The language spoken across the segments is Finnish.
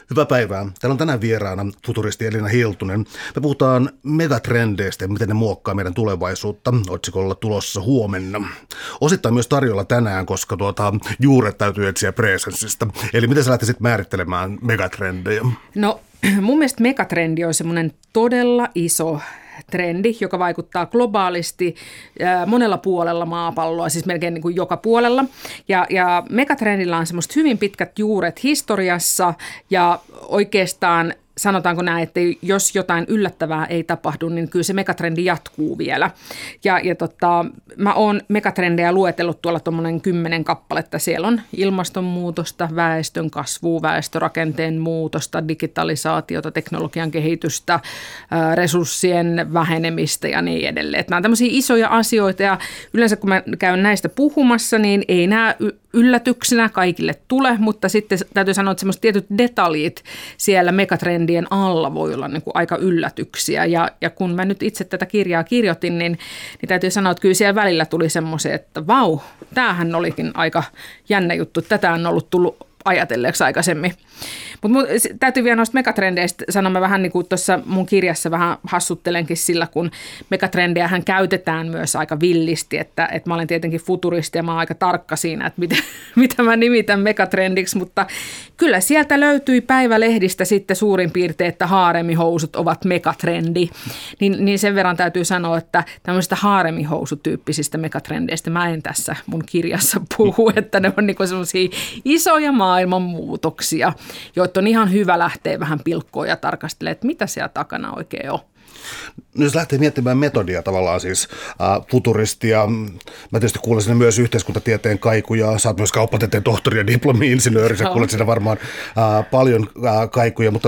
Hyvää päivää. Täällä on tänään vieraana futuristi Elina Hiltunen. Me puhutaan megatrendeistä ja miten ne muokkaa meidän tulevaisuutta otsikolla tulossa huomenna. Osittain myös tarjolla tänään, koska juuret täytyy etsiä presenssistä. Eli miten sä lähtisit määrittelemään megatrendejä? No mun mielestä megatrendi on semmoinen todella iso trendi, joka vaikuttaa globaalisti monella puolella maapalloa, siis melkein niin kuin joka puolella. Ja megatrendillä on semmoista hyvin pitkät juuret historiassa ja oikeastaan sanotaanko näin, että jos jotain yllättävää ei tapahdu, niin kyllä se megatrendi jatkuu vielä. Ja mä oon megatrendejä luetellut tuolla tuommoinen 10 kappaletta. Siellä on ilmastonmuutosta, väestön kasvua, väestörakenteen muutosta, digitalisaatiota, teknologian kehitystä, resurssien vähenemistä ja niin edelleen. Että nämä on tämmöisiä isoja asioita ja yleensä kun mä käyn näistä puhumassa, niin ei nämä yllätyksenä kaikille tule, mutta sitten täytyy sanoa, että semmoiset tietyt detaljit siellä megatrendien alla voi olla niin kuin aika yllätyksiä. Ja kun mä nyt itse tätä kirjaa kirjoitin, niin täytyy sanoa, että kyllä siellä välillä tuli semmoisia, että vau, tämähän olikin aika jännä juttu. Tätä on ollut tullut ajatelleeksi aikaisemmin. Mutta täytyy vielä noista megatrendeistä sanoa, mä vähän niin kuin tuossa mun kirjassa vähän hassuttelenkin sillä, kun megatrendejähän käytetään myös aika villisti, että mä olen tietenkin futuristi ja mä oon aika tarkka siinä, että mitä mä nimitän megatrendiksi, mutta kyllä sieltä löytyi päivälehdistä sitten suurin piirtein, että haaremihousut ovat megatrendi, niin sen verran täytyy sanoa, että tämmöisistä haaremihousutyyppisistä megatrendeistä mä en tässä mun kirjassa puhu, että ne on niin kuin semmoisia isoja maailmanmuutoksia, joita on ihan hyvä lähteä vähän pilkkoon ja tarkastelemaan, että mitä siellä takana oikein on. No jos lähtee miettimään metodia tavallaan siis futuristia, mä tietysti kuulen sinne myös yhteiskuntatieteen kaikuja, sä oot myös kauppatieteen tohtori ja diplomi-insinööri, sä kuulet sinne varmaan paljon kaikuja, mutta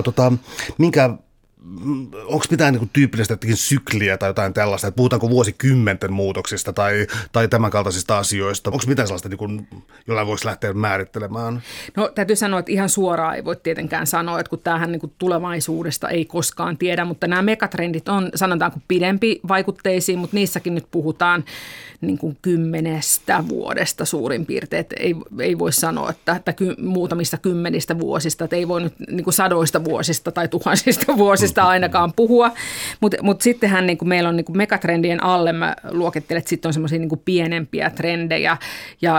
onko mitään niin tyypillistä sykliä tai jotain tällaista, että puhutaanko vuosikymmenten muutoksista tai tämän kaltaisista asioista? Onko mitään sellaista, niin kuin, jollain voisi lähteä määrittelemään? No täytyy sanoa, että ihan suoraan ei voi tietenkään sanoa, että kun tämähän niin kuin tulevaisuudesta ei koskaan tiedä, mutta nämä megatrendit on sanotaanko pidempi vaikutteisiin, mutta niissäkin nyt puhutaan niin kuin 10 vuodesta suurin piirtein. Että ei voi sanoa, että muutamista 10 vuosista, että ei voi nyt niin kuin 100 vuosista tai tuhansista vuosista ainakaan puhua, mutta sittenhän niin kuin meillä on niin kuin megatrendien alle, mä luokittelen, että sitten on semmoisia niin kuin pienempiä trendejä ja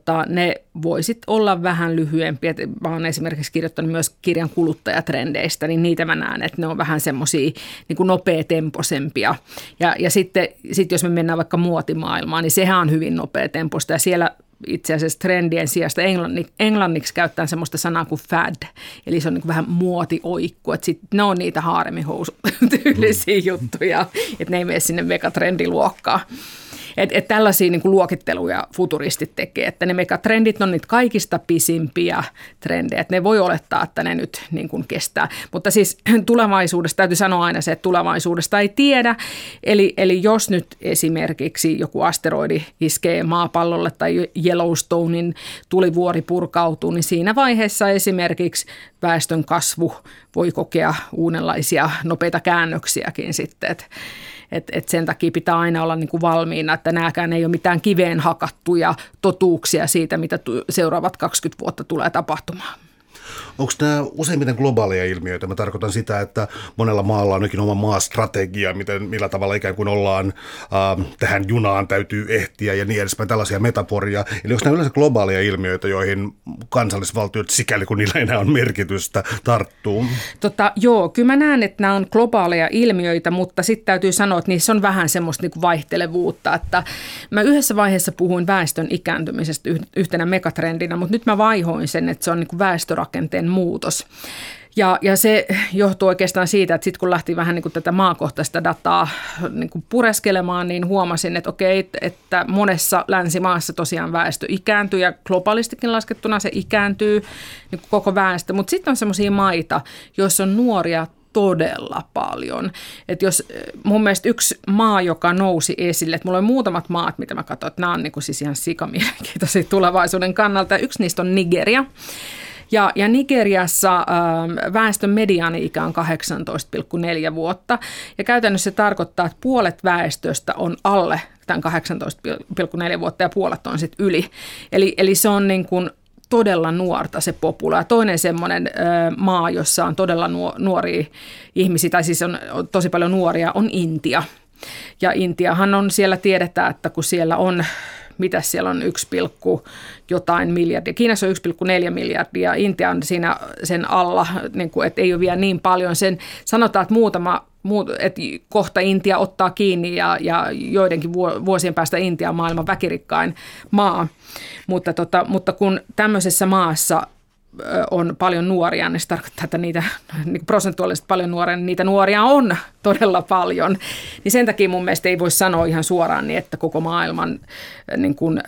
ne voisit olla vähän lyhyempiä. Mä oon esimerkiksi kirjoittanut myös kirjan kuluttajatrendeistä, niin niitä mä näen, että ne on vähän semmoisia niin kuin nopeatempoisempia. Ja sitten jos me mennään vaikka muotimaailmaan, niin sehän on hyvin nopeatempoista ja siellä itse asiassa trendien sijasta englanniksi käyttää semmoista sanaa kuin fad, eli se on niin kuin vähän muotioikku, että sitten ne on niitä haaremihousut-tyylisiä juttuja, että ne ei mene sinne megatrendiluokkaan. Että tällaisia niin kuin luokitteluja futuristit tekee, että ne megatrendit on niitä kaikista pisimpiä trendejä, että ne voi olettaa, että ne nyt niin kuin kestää. Mutta siis tulevaisuudesta täytyy sanoa aina se, että tulevaisuudesta ei tiedä, eli jos nyt esimerkiksi joku asteroidi iskee maapallolle tai Yellowstonein tulivuori purkautuu, niin siinä vaiheessa esimerkiksi väestön kasvu voi kokea uudenlaisia nopeita käännöksiäkin sitten, että sen takia pitää aina olla niin kuin valmiina, että nämäkään ei ole mitään kiveen hakattuja totuuksia siitä, mitä seuraavat 20 vuotta tulee tapahtumaan. Onko nämä useimmiten globaaleja ilmiöitä? Mä tarkoitan sitä, että monella maalla on jokin oma maastrategia, millä tavalla ikään kuin ollaan tähän junaan täytyy ehtiä ja niin edespäin, tällaisia metaforia. Eli onko nämä yleensä globaaleja ilmiöitä, joihin kansallisvaltiot, sikäli kun niillä enää on merkitystä, tarttuu? Joo, kyllä mä näen, että nämä on globaaleja ilmiöitä, mutta sitten täytyy sanoa, että niissä on vähän semmoista niin kuin vaihtelevuutta. Että mä yhdessä vaiheessa puhuin väestön ikääntymisestä yhtenä megatrendinä, mutta nyt mä vaihoin sen, että se on niin kuin väestörakenteen muutos. Ja se johtuu oikeastaan siitä, että sitten kun lähti vähän niin kuin tätä maakohtaista dataa niin kuin pureskelemaan, niin huomasin, että okei, että monessa länsimaassa tosiaan väestö ikääntyy ja globaalistikin laskettuna se ikääntyy niin kuin koko väestö. Mutta sitten on semmoisia maita, joissa on nuoria todella paljon. Että jos mun mielestä yksi maa, joka nousi esille, että mulla on muutamat maat, mitä mä katson, että nämä on niin kuin siis ihan sikamielenkiintoisia tulevaisuuden kannalta. Yksi niistä on Nigeria. Ja Nigeriassa väestön mediaani-ikä on 18,4 vuotta ja käytännössä se tarkoittaa, että puolet väestöstä on alle tämän 18,4 vuotta ja puolet on sitten yli. Eli se on niin kuin todella nuorta se popula. Toinen semmoinen maa, jossa on todella nuoria ihmisiä, tai siis on tosi paljon nuoria, on Intia. Ja Intiahan on, siellä tiedetään, että kun siellä on, mitä siellä on 1, jotain miljardia. Kiinassa on 1,4 miljardia, Intia on siinä sen alla, niin kuin, että ei ole vielä niin paljon. Sen sanotaan, että että kohta Intia ottaa kiinni ja joidenkin vuosien päästä Intia on maailman väkirikkain maa. Mutta kun tämmöisessä maassa on paljon nuoria, niin se tarkoittaa, että niitä niin prosentuaalisesti paljon nuoria, niin niitä nuoria on todella paljon. Niin sen takia mun mielestä ei voi sanoa ihan suoraan niin, että koko maailman niin kuin,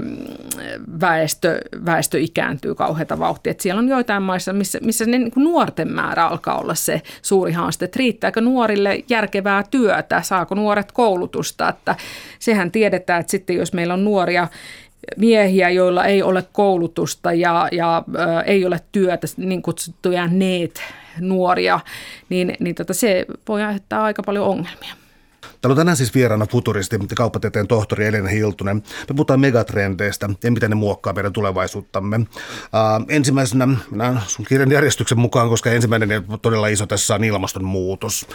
väestö ikääntyy kauheata vauhtia. Että siellä on joitain maissa, missä ne, niin kuin nuorten määrä alkaa olla se suuri haaste, että riittääkö nuorille järkevää työtä, saako nuoret koulutusta. Että sehän tiedetään, että sitten jos meillä on nuoria miehiä, joilla ei ole koulutusta ja ei ole työtä, niin kutsuttuja NEET-nuoria, niin se voi aiheuttaa aika paljon ongelmia. Täällä on tänään siis vieraana futuristi ja kauppatieteen tohtori Elina Hiltunen. Me puhutaan megatrendeistä ja miten ne muokkaa meidän tulevaisuuttamme. Ensimmäisenä, mennään sun kirjan järjestyksen mukaan, koska ensimmäinen ja todella iso tässä on ilmastonmuutos.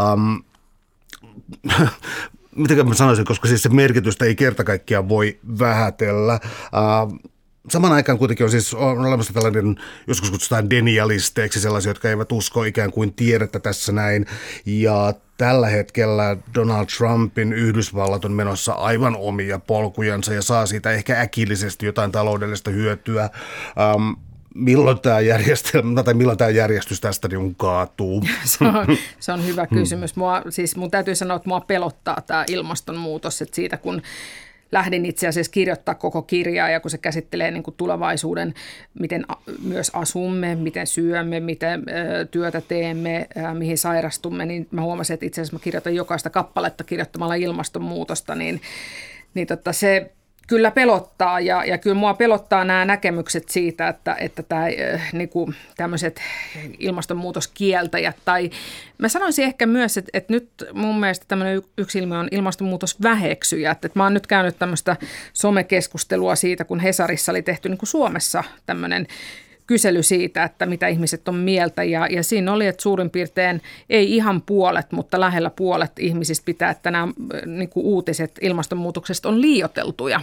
Miten mä sanoisin, koska siis se merkitystä ei kerta kaikkiaan voi vähätellä. Saman aikaan kuitenkin on siis olemassa tällainen, joskus kutsutaan denialisteiksi, sellaisia, jotka eivät usko ikään kuin tiedettä tässä näin. Ja tällä hetkellä Donald Trumpin Yhdysvallat on menossa aivan omia polkujansa ja saa siitä ehkä äkillisesti jotain taloudellista hyötyä. Milloin tämä järjestelmä tai milloin tämä järjestys tästä niin kaatuu? Se on hyvä kysymys. Mun täytyy sanoa, että mua pelottaa tämä ilmastonmuutos, että siitä kun lähdin itse asiassa kirjoittaa koko kirjaa ja kun se käsittelee niin kuin tulevaisuuden, miten myös asumme, miten syömme, miten työtä teemme, mihin sairastumme, niin mä huomasin, että itse asiassa mä kirjoitan jokaista kappaletta kirjoittamalla ilmastonmuutosta, niin se kyllä pelottaa ja kyllä mua pelottaa nämä näkemykset siitä, että tämä, niin kuin tämmöiset ilmastonmuutoskieltäjät tai mä sanoisin ehkä myös, että nyt mun mielestä tämmöinen yksi ilmiö on ilmastonmuutosväheksyjät. Että mä oon nyt käynyt tämmöistä somekeskustelua siitä, kun Hesarissa oli tehty niin kuin Suomessa tämmöinen kysely siitä, että mitä ihmiset on mieltä ja siinä oli, että suurin piirtein ei ihan puolet, mutta lähellä puolet ihmisistä pitää, että nämä niin kuin uutiset ilmastonmuutoksesta on liioiteltuja.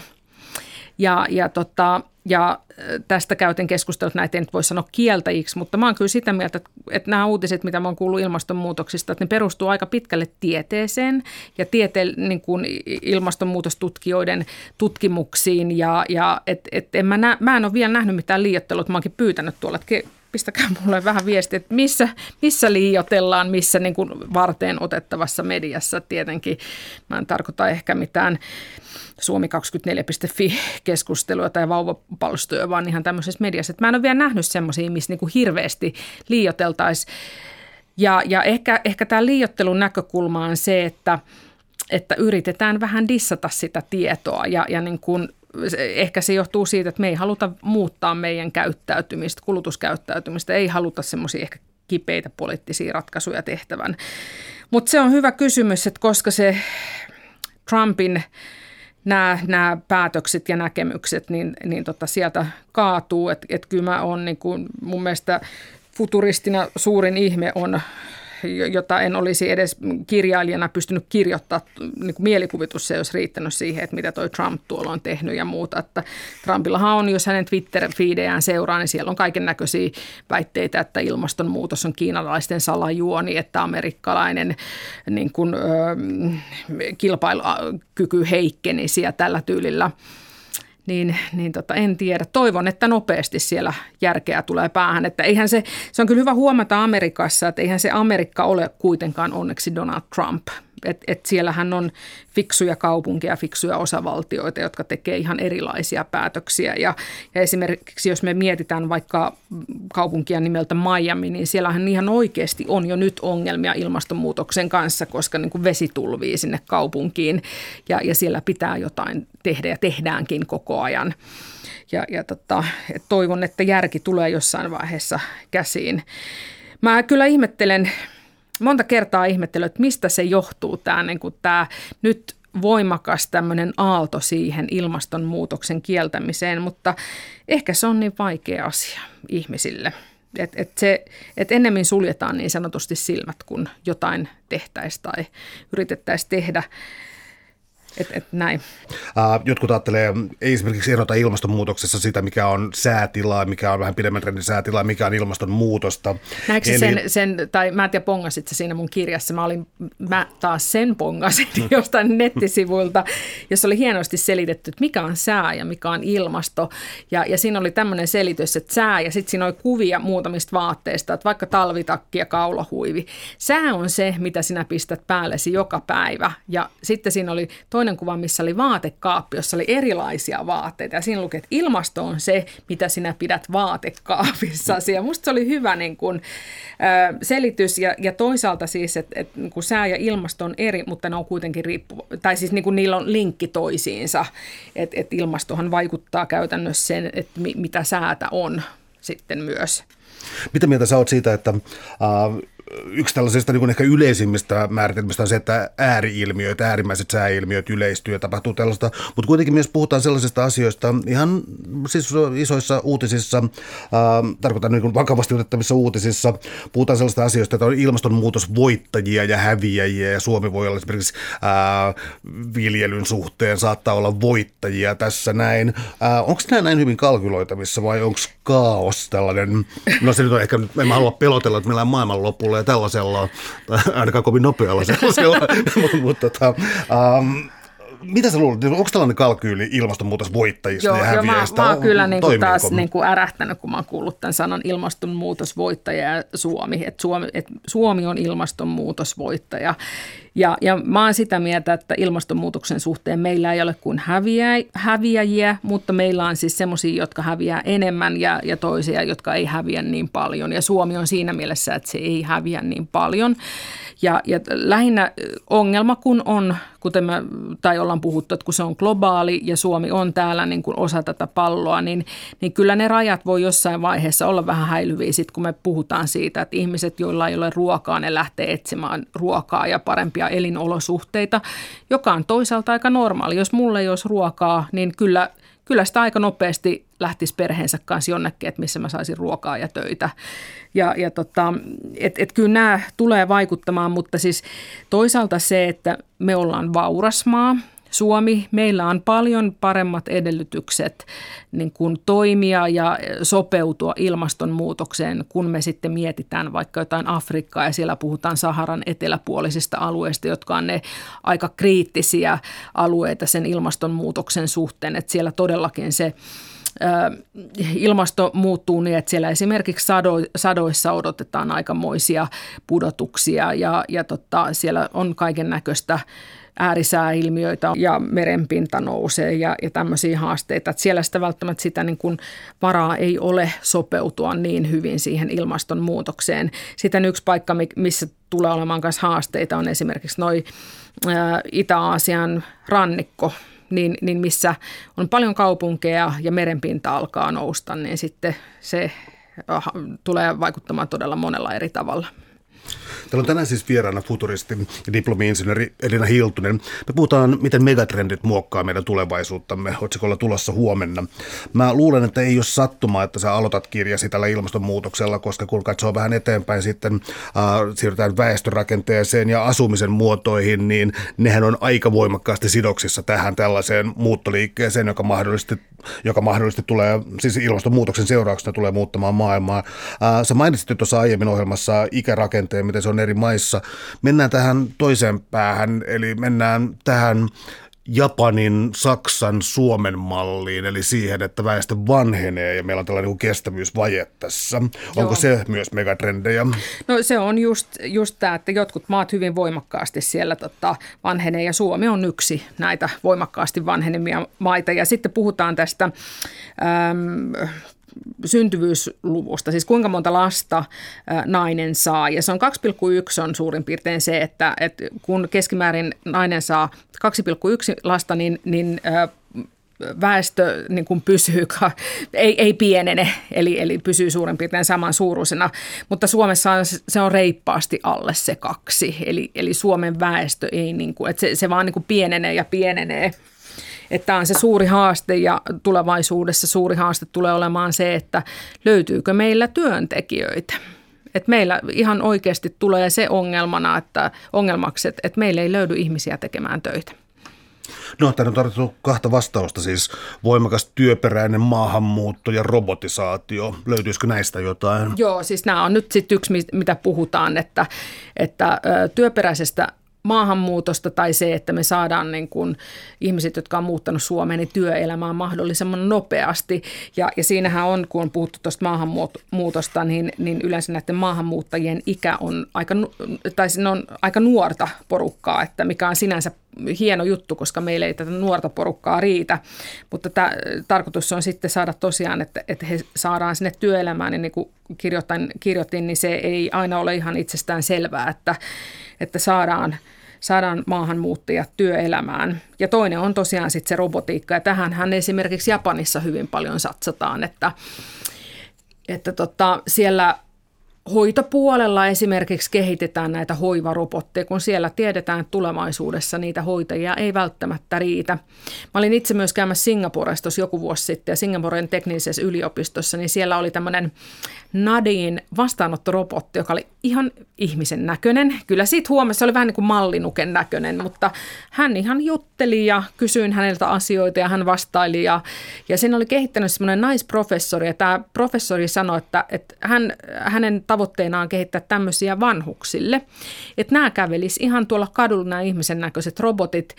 Ja tästä käytin keskustelut, näitä ei nyt voi sanoa kieltäjiksi, mutta mä oon kyllä sitä mieltä, että nämä uutiset, mitä mä oon kuullut ilmastonmuutoksista, että ne perustuu aika pitkälle tieteeseen ja niin kuin ilmastonmuutostutkijoiden tutkimuksiin. Mä en ole vielä nähnyt mitään liioittelua, mä oonkin pyytänyt tuolla, että pistäkää mulle vähän viestiä, että missä liioitellaan, missä niin kuin varteen otettavassa mediassa. Tietenkin mä en tarkoita ehkä mitään Suomi24.fi-keskustelua tai vauvapalstoja, vaan ihan tämmöisessä mediassa. Että mä en ole vielä nähnyt semmoisia, missä niin kuin hirveästi liioiteltaisiin. Ja ehkä tämä liioittelun näkökulma on se, että yritetään vähän dissata sitä tietoa ja niin kuin ehkä se johtuu siitä, että me ei haluta muuttaa meidän käyttäytymistä, kulutuskäyttäytymistä, ei haluta semmoisia ehkä kipeitä poliittisia ratkaisuja tehtävän. Mutta se on hyvä kysymys, että koska se Trumpin nämä päätökset ja näkemykset, niin sieltä kaatuu. Että kyllä mä oon niin kuin, mun mielestä futuristina suurin ihme on, jota en olisi edes kirjailijana pystynyt kirjoittamaan, niin kuin mielikuvitus se olisi riittänyt siihen, että mitä toi Trump tuolla on tehnyt ja muuta. Että Trumpillahan on, jos hänen Twitter-feedejään seuraa, niin siellä on kaiken näköisiä väitteitä, että ilmastonmuutos on kiinalaisten salajuoni, että amerikkalainen niin kuin, kilpailukyky heikkenisi ja tällä tyylillä. Niin en tiedä. Toivon, että nopeasti siellä järkeä tulee päähän. Että eihän se on kyllä hyvä huomata Amerikassa, että eihän se Amerikka ole kuitenkaan onneksi Donald Trump. Että siellähän on fiksuja kaupunkeja, fiksuja osavaltioita, jotka tekee ihan erilaisia päätöksiä. Ja esimerkiksi jos me mietitään vaikka kaupunkia nimeltä Miami, niin siellähän ihan oikeasti on jo nyt ongelmia ilmastonmuutoksen kanssa, koska niin kuin vesi tulvii sinne kaupunkiin ja siellä pitää jotain tehdä ja tehdäänkin koko ajan. Toivon, että järki tulee jossain vaiheessa käsiin. Mä kyllä monta kertaa ihmettelen, että mistä se johtuu tämä nyt voimakas tämmöinen aalto siihen ilmastonmuutoksen kieltämiseen, mutta ehkä se on niin vaikea asia ihmisille. Että ennemmin suljetaan niin sanotusti silmät, kun jotain tehtäisiin tai yritettäisiin tehdä. Näin. Jotkut ajattelee, ei esimerkiksi erota ilmastonmuutoksessa sitä, mikä on säätilaa, mikä on vähän pidemmän trendin säätilaa, mikä on ilmastonmuutosta. Näetkö tai mä en tiedä, pongasit sä siinä mun kirjassa, mä taas sen pongasin jostain nettisivuilta, jossa oli hienosti selitetty, että mikä on sää ja mikä on ilmasto. Ja siinä oli tämmöinen selitys, että sää, ja sitten siinä oli kuvia muutamista vaatteista, että vaikka talvitakki ja kaulahuivi. Sää on se, mitä sinä pistät päällesi joka päivä, ja sitten siinä oli toinen kuva, missä oli vaatekaappi, jossa oli erilaisia vaatteita. Ja siinä luki, että ilmasto on se, mitä sinä pidät vaatekaapissasi. Ja musta se oli hyvä niin kun, selitys. Ja toisaalta siis, että niin kun sää ja ilmasto on eri, mutta ne on kuitenkin tai siis niin kun niillä on linkki toisiinsa. Että ilmastohan vaikuttaa käytännössä sen, että mitä säätä on sitten myös. Mitä mieltä sä oot siitä, että yksi tällaisista niin kuin ehkä yleisimmistä määritelmistä on se, että ääriilmiöt, äärimmäiset sääilmiöt yleistyy ja tapahtuu tällaista, mutta kuitenkin myös puhutaan sellaisista asioista ihan siis isoissa uutisissa, tarkoitan niin kuin vakavasti otettavissa uutisissa, puhutaan sellaisista asioista, että on ilmastonmuutosvoittajia ja häviäjiä ja Suomi voi olla esimerkiksi viljelyn suhteen, saattaa olla voittajia tässä näin. Onko nämä näin hyvin kalkyloitavissa vai onko kaos tällainen, no se nyt on ehkä, en mä halua pelotella, että meillä on maailmanlopulla ja tällaisella, tai ainakaan kovin nopealla sellaisella, mutta mitä sä luulet, onko tällainen kalkyyli ilmastonmuutosvoittajista ja häviäjistä? Mä oon kyllä niin kuin taas niin kuin ärähtänyt, kun mä oon kuullut tämän sanan ilmastonmuutosvoittaja ja Suomi, että Suomi on ilmastonmuutosvoittaja. Ja mä oon sitä mieltä, että ilmastonmuutoksen suhteen meillä ei ole kuin häviäjiä, mutta meillä on siis semmoisia, jotka häviää enemmän ja toisia, jotka ei häviä niin paljon. Ja Suomi on siinä mielessä, että se ei häviä niin paljon. Ja lähinnä ongelma, kun on, kuten ollaan puhuttu, että kun se on globaali ja Suomi on täällä niin kuin osa tätä palloa, niin kyllä ne rajat voi jossain vaiheessa olla vähän häilyviä, sit kun me puhutaan siitä, että ihmiset, joilla ei ole ruokaa, ne lähtee etsimään ruokaa ja parempia elinolosuhteita, joka on toisaalta aika normaali. Jos mulla ei olisi ruokaa, niin kyllä sitä aika nopeasti lähtisi perheensä kanssa jonnekin, että missä mä saisin ruokaa ja töitä. Kyllä nämä tulee vaikuttamaan, mutta siis toisaalta se, että me ollaan vauras maa, Suomi, meillä on paljon paremmat edellytykset niin kuin toimia ja sopeutua ilmastonmuutokseen, kun me sitten mietitään vaikka jotain Afrikkaa ja siellä puhutaan Saharan eteläpuolisista alueista, jotka on ne aika kriittisiä alueita sen ilmastonmuutoksen suhteen, että siellä todellakin se ilmasto muuttuu niin, että siellä esimerkiksi sadoissa odotetaan aikamoisia pudotuksia ja siellä on kaiken näköistä äärisääilmiöitä ja merenpinta nousee ja tämmöisiä haasteita. Että siellä sitä välttämättä sitä niin kuin varaa ei ole sopeutua niin hyvin siihen ilmastonmuutokseen. Sitten yksi paikka, missä tulee olemaan myös haasteita, on esimerkiksi noi Itä-Aasian rannikko, niin missä on paljon kaupunkeja ja merenpinta alkaa nousta, niin sitten se tulee vaikuttamaan todella monella eri tavalla. Täällä on tänään siis vieraana futuristi ja diplomi-insinööri Elina Hiltunen. Me puhutaan, miten megatrendit muokkaa meidän tulevaisuuttamme otsikolla tulossa huomenna. Mä luulen, että ei ole sattumaa, että sä aloitat kirjasi tällä ilmastonmuutoksella, koska kun katsoo vähän eteenpäin sitten siirrytään väestörakenteeseen ja asumisen muotoihin, niin nehän on aika voimakkaasti sidoksissa tähän tällaiseen muuttoliikkeeseen, joka mahdollisesti tulee, siis ilmastonmuutoksen seurauksena tulee muuttamaan maailmaa. Sä mainitsit tuossa aiemmin ohjelmassa ikärakenteen, miten se on eri maissa. Mennään tähän toiseen päähän, eli mennään tähän Japanin, Saksan, Suomen malliin, eli siihen, että väestö vanhenee ja meillä on tällainen kestävyysvaje tässä. Joo. Onko se myös megatrendejä? No se on just tämä, että jotkut maat hyvin voimakkaasti siellä vanhenee ja Suomi on yksi näitä voimakkaasti vanhenemia maita. Ja sitten puhutaan tästä syntyvyysluvusta, siis kuinka monta lasta nainen saa. Ja se on 2,1 on suurin piirtein se, että kun keskimäärin nainen saa 2,1 lasta, niin väestö niin kuin pysyy, ei pienene, eli pysyy suurin piirtein samansuuruisena, mutta Suomessa se on reippaasti alle se 2, eli Suomen väestö ei, niin kuin, että se vaan niin kuin pienenee ja pienenee. Että tämä on se suuri haaste ja tulevaisuudessa suuri haaste tulee olemaan se, että löytyykö meillä työntekijöitä. Että meillä ihan oikeasti tulee se ongelmaksi, että meillä ei löydy ihmisiä tekemään töitä. No, täällä on tarvittu 2 vastausta, siis voimakas työperäinen maahanmuutto ja robotisaatio. Löytyisikö näistä jotain? Joo, siis nämä on nyt sitten yksi, mitä puhutaan, että työperäisestä maahanmuutosta tai se, että me saadaan niin kuin ihmiset, jotka on muuttanut Suomeen, niin työelämään mahdollisimman nopeasti. Ja siinähän on, kun on puhuttu tuosta maahanmuutosta, niin yleensä näiden maahanmuuttajien ikä on aika nuorta porukkaa, että mikä on sinänsä hieno juttu, koska meillä ei tätä nuorta porukkaa riitä. Mutta tarkoitus on sitten saada tosiaan, että he saadaan sinne työelämään, niin kuin kirjoitin, niin se ei aina ole ihan itsestään selvää, että saadaan maahanmuuttajat työelämään. Ja toinen on tosiaan sitten se robotiikka, ja tähänhän esimerkiksi Japanissa hyvin paljon satsataan, että siellä hoitopuolella esimerkiksi kehitetään näitä hoivarobotteja, kun siellä tiedetään, että tulevaisuudessa niitä hoitajia ei välttämättä riitä. Mä olin itse myös käymässä Singaporessa tuossa joku vuosi sitten, ja Singaporen teknisessä yliopistossa, niin siellä oli tämmöinen Nadine vastaanottorobotti, joka oli ihan ihmisen näköinen. Kyllä siitä huomassa oli vähän niin kuin mallinuken näköinen, mutta hän ihan jutteli ja kysyin häneltä asioita ja hän vastaili. Ja sen oli kehittänyt semmoinen naisprofessori, ja tämä professori sanoi, että hänen tavoitteena on kehittää tämmöisiä vanhuksille, että nämä kävelisi ihan tuolla kadulla nämä ihmisen näköiset robotit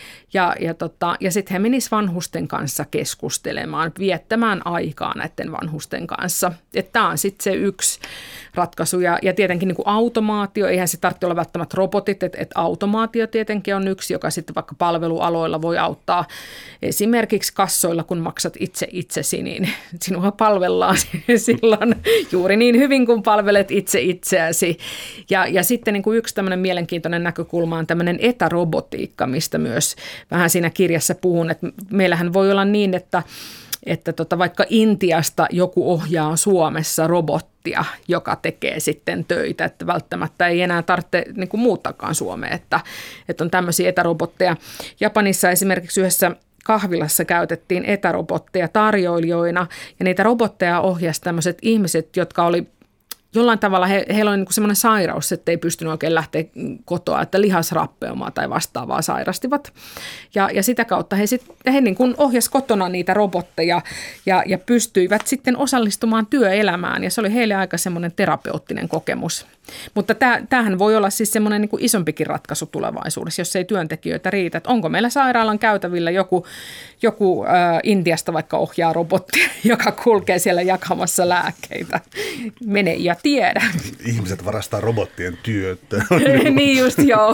ja sitten he menisivät vanhusten kanssa keskustelemaan, viettämään aikaa näiden vanhusten kanssa. Että tämä on sitten se yksi ratkaisu ja tietenkin niin kuin automaatio, eihän se tarvitse olla välttämättä robotit, että automaatio tietenkin on yksi, joka sitten vaikka palvelualoilla voi auttaa esimerkiksi kassoilla, kun maksat itse itsesi, niin sinua palvellaan silloin juuri niin hyvin, kun palvelet itse itseäsi. Ja sitten niin kuin yksi tämmöinen mielenkiintoinen näkökulma on tämmöinen etärobotiikka, mistä myös vähän siinä kirjassa puhun, että meillähän voi olla niin, että vaikka Intiasta joku ohjaa Suomessa robottia, joka tekee sitten töitä, että välttämättä ei enää tarvitse niin kuin muuttakaan Suomeen, että on tämmöisiä etärobotteja. Japanissa esimerkiksi yhdessä kahvilassa käytettiin etärobotteja tarjoilijoina, ja niitä robotteja ohjasi tämmöiset ihmiset, jotka oli jollain tavalla, heillä oli niin kuin semmoinen sairaus, että ei pystynyt oikein lähteä kotoa, että lihasrappeumaa tai vastaavaa sairastivat. Ja sitä kautta he niin kuin ohjasi kotona niitä robotteja ja pystyivät sitten osallistumaan työelämään. Ja se oli heille aika semmoinen terapeuttinen kokemus. Mutta tämähän voi olla siis semmoinen niin kuin isompikin ratkaisu tulevaisuudessa, jos ei työntekijöitä riitä. Että onko meillä sairaalan käytävillä joku Intiasta vaikka ohjaa robottia, joka kulkee siellä jakamassa lääkkeitä. Mene ja tiedä. Ihmiset varastaa robottien työtä. Niin just, joo.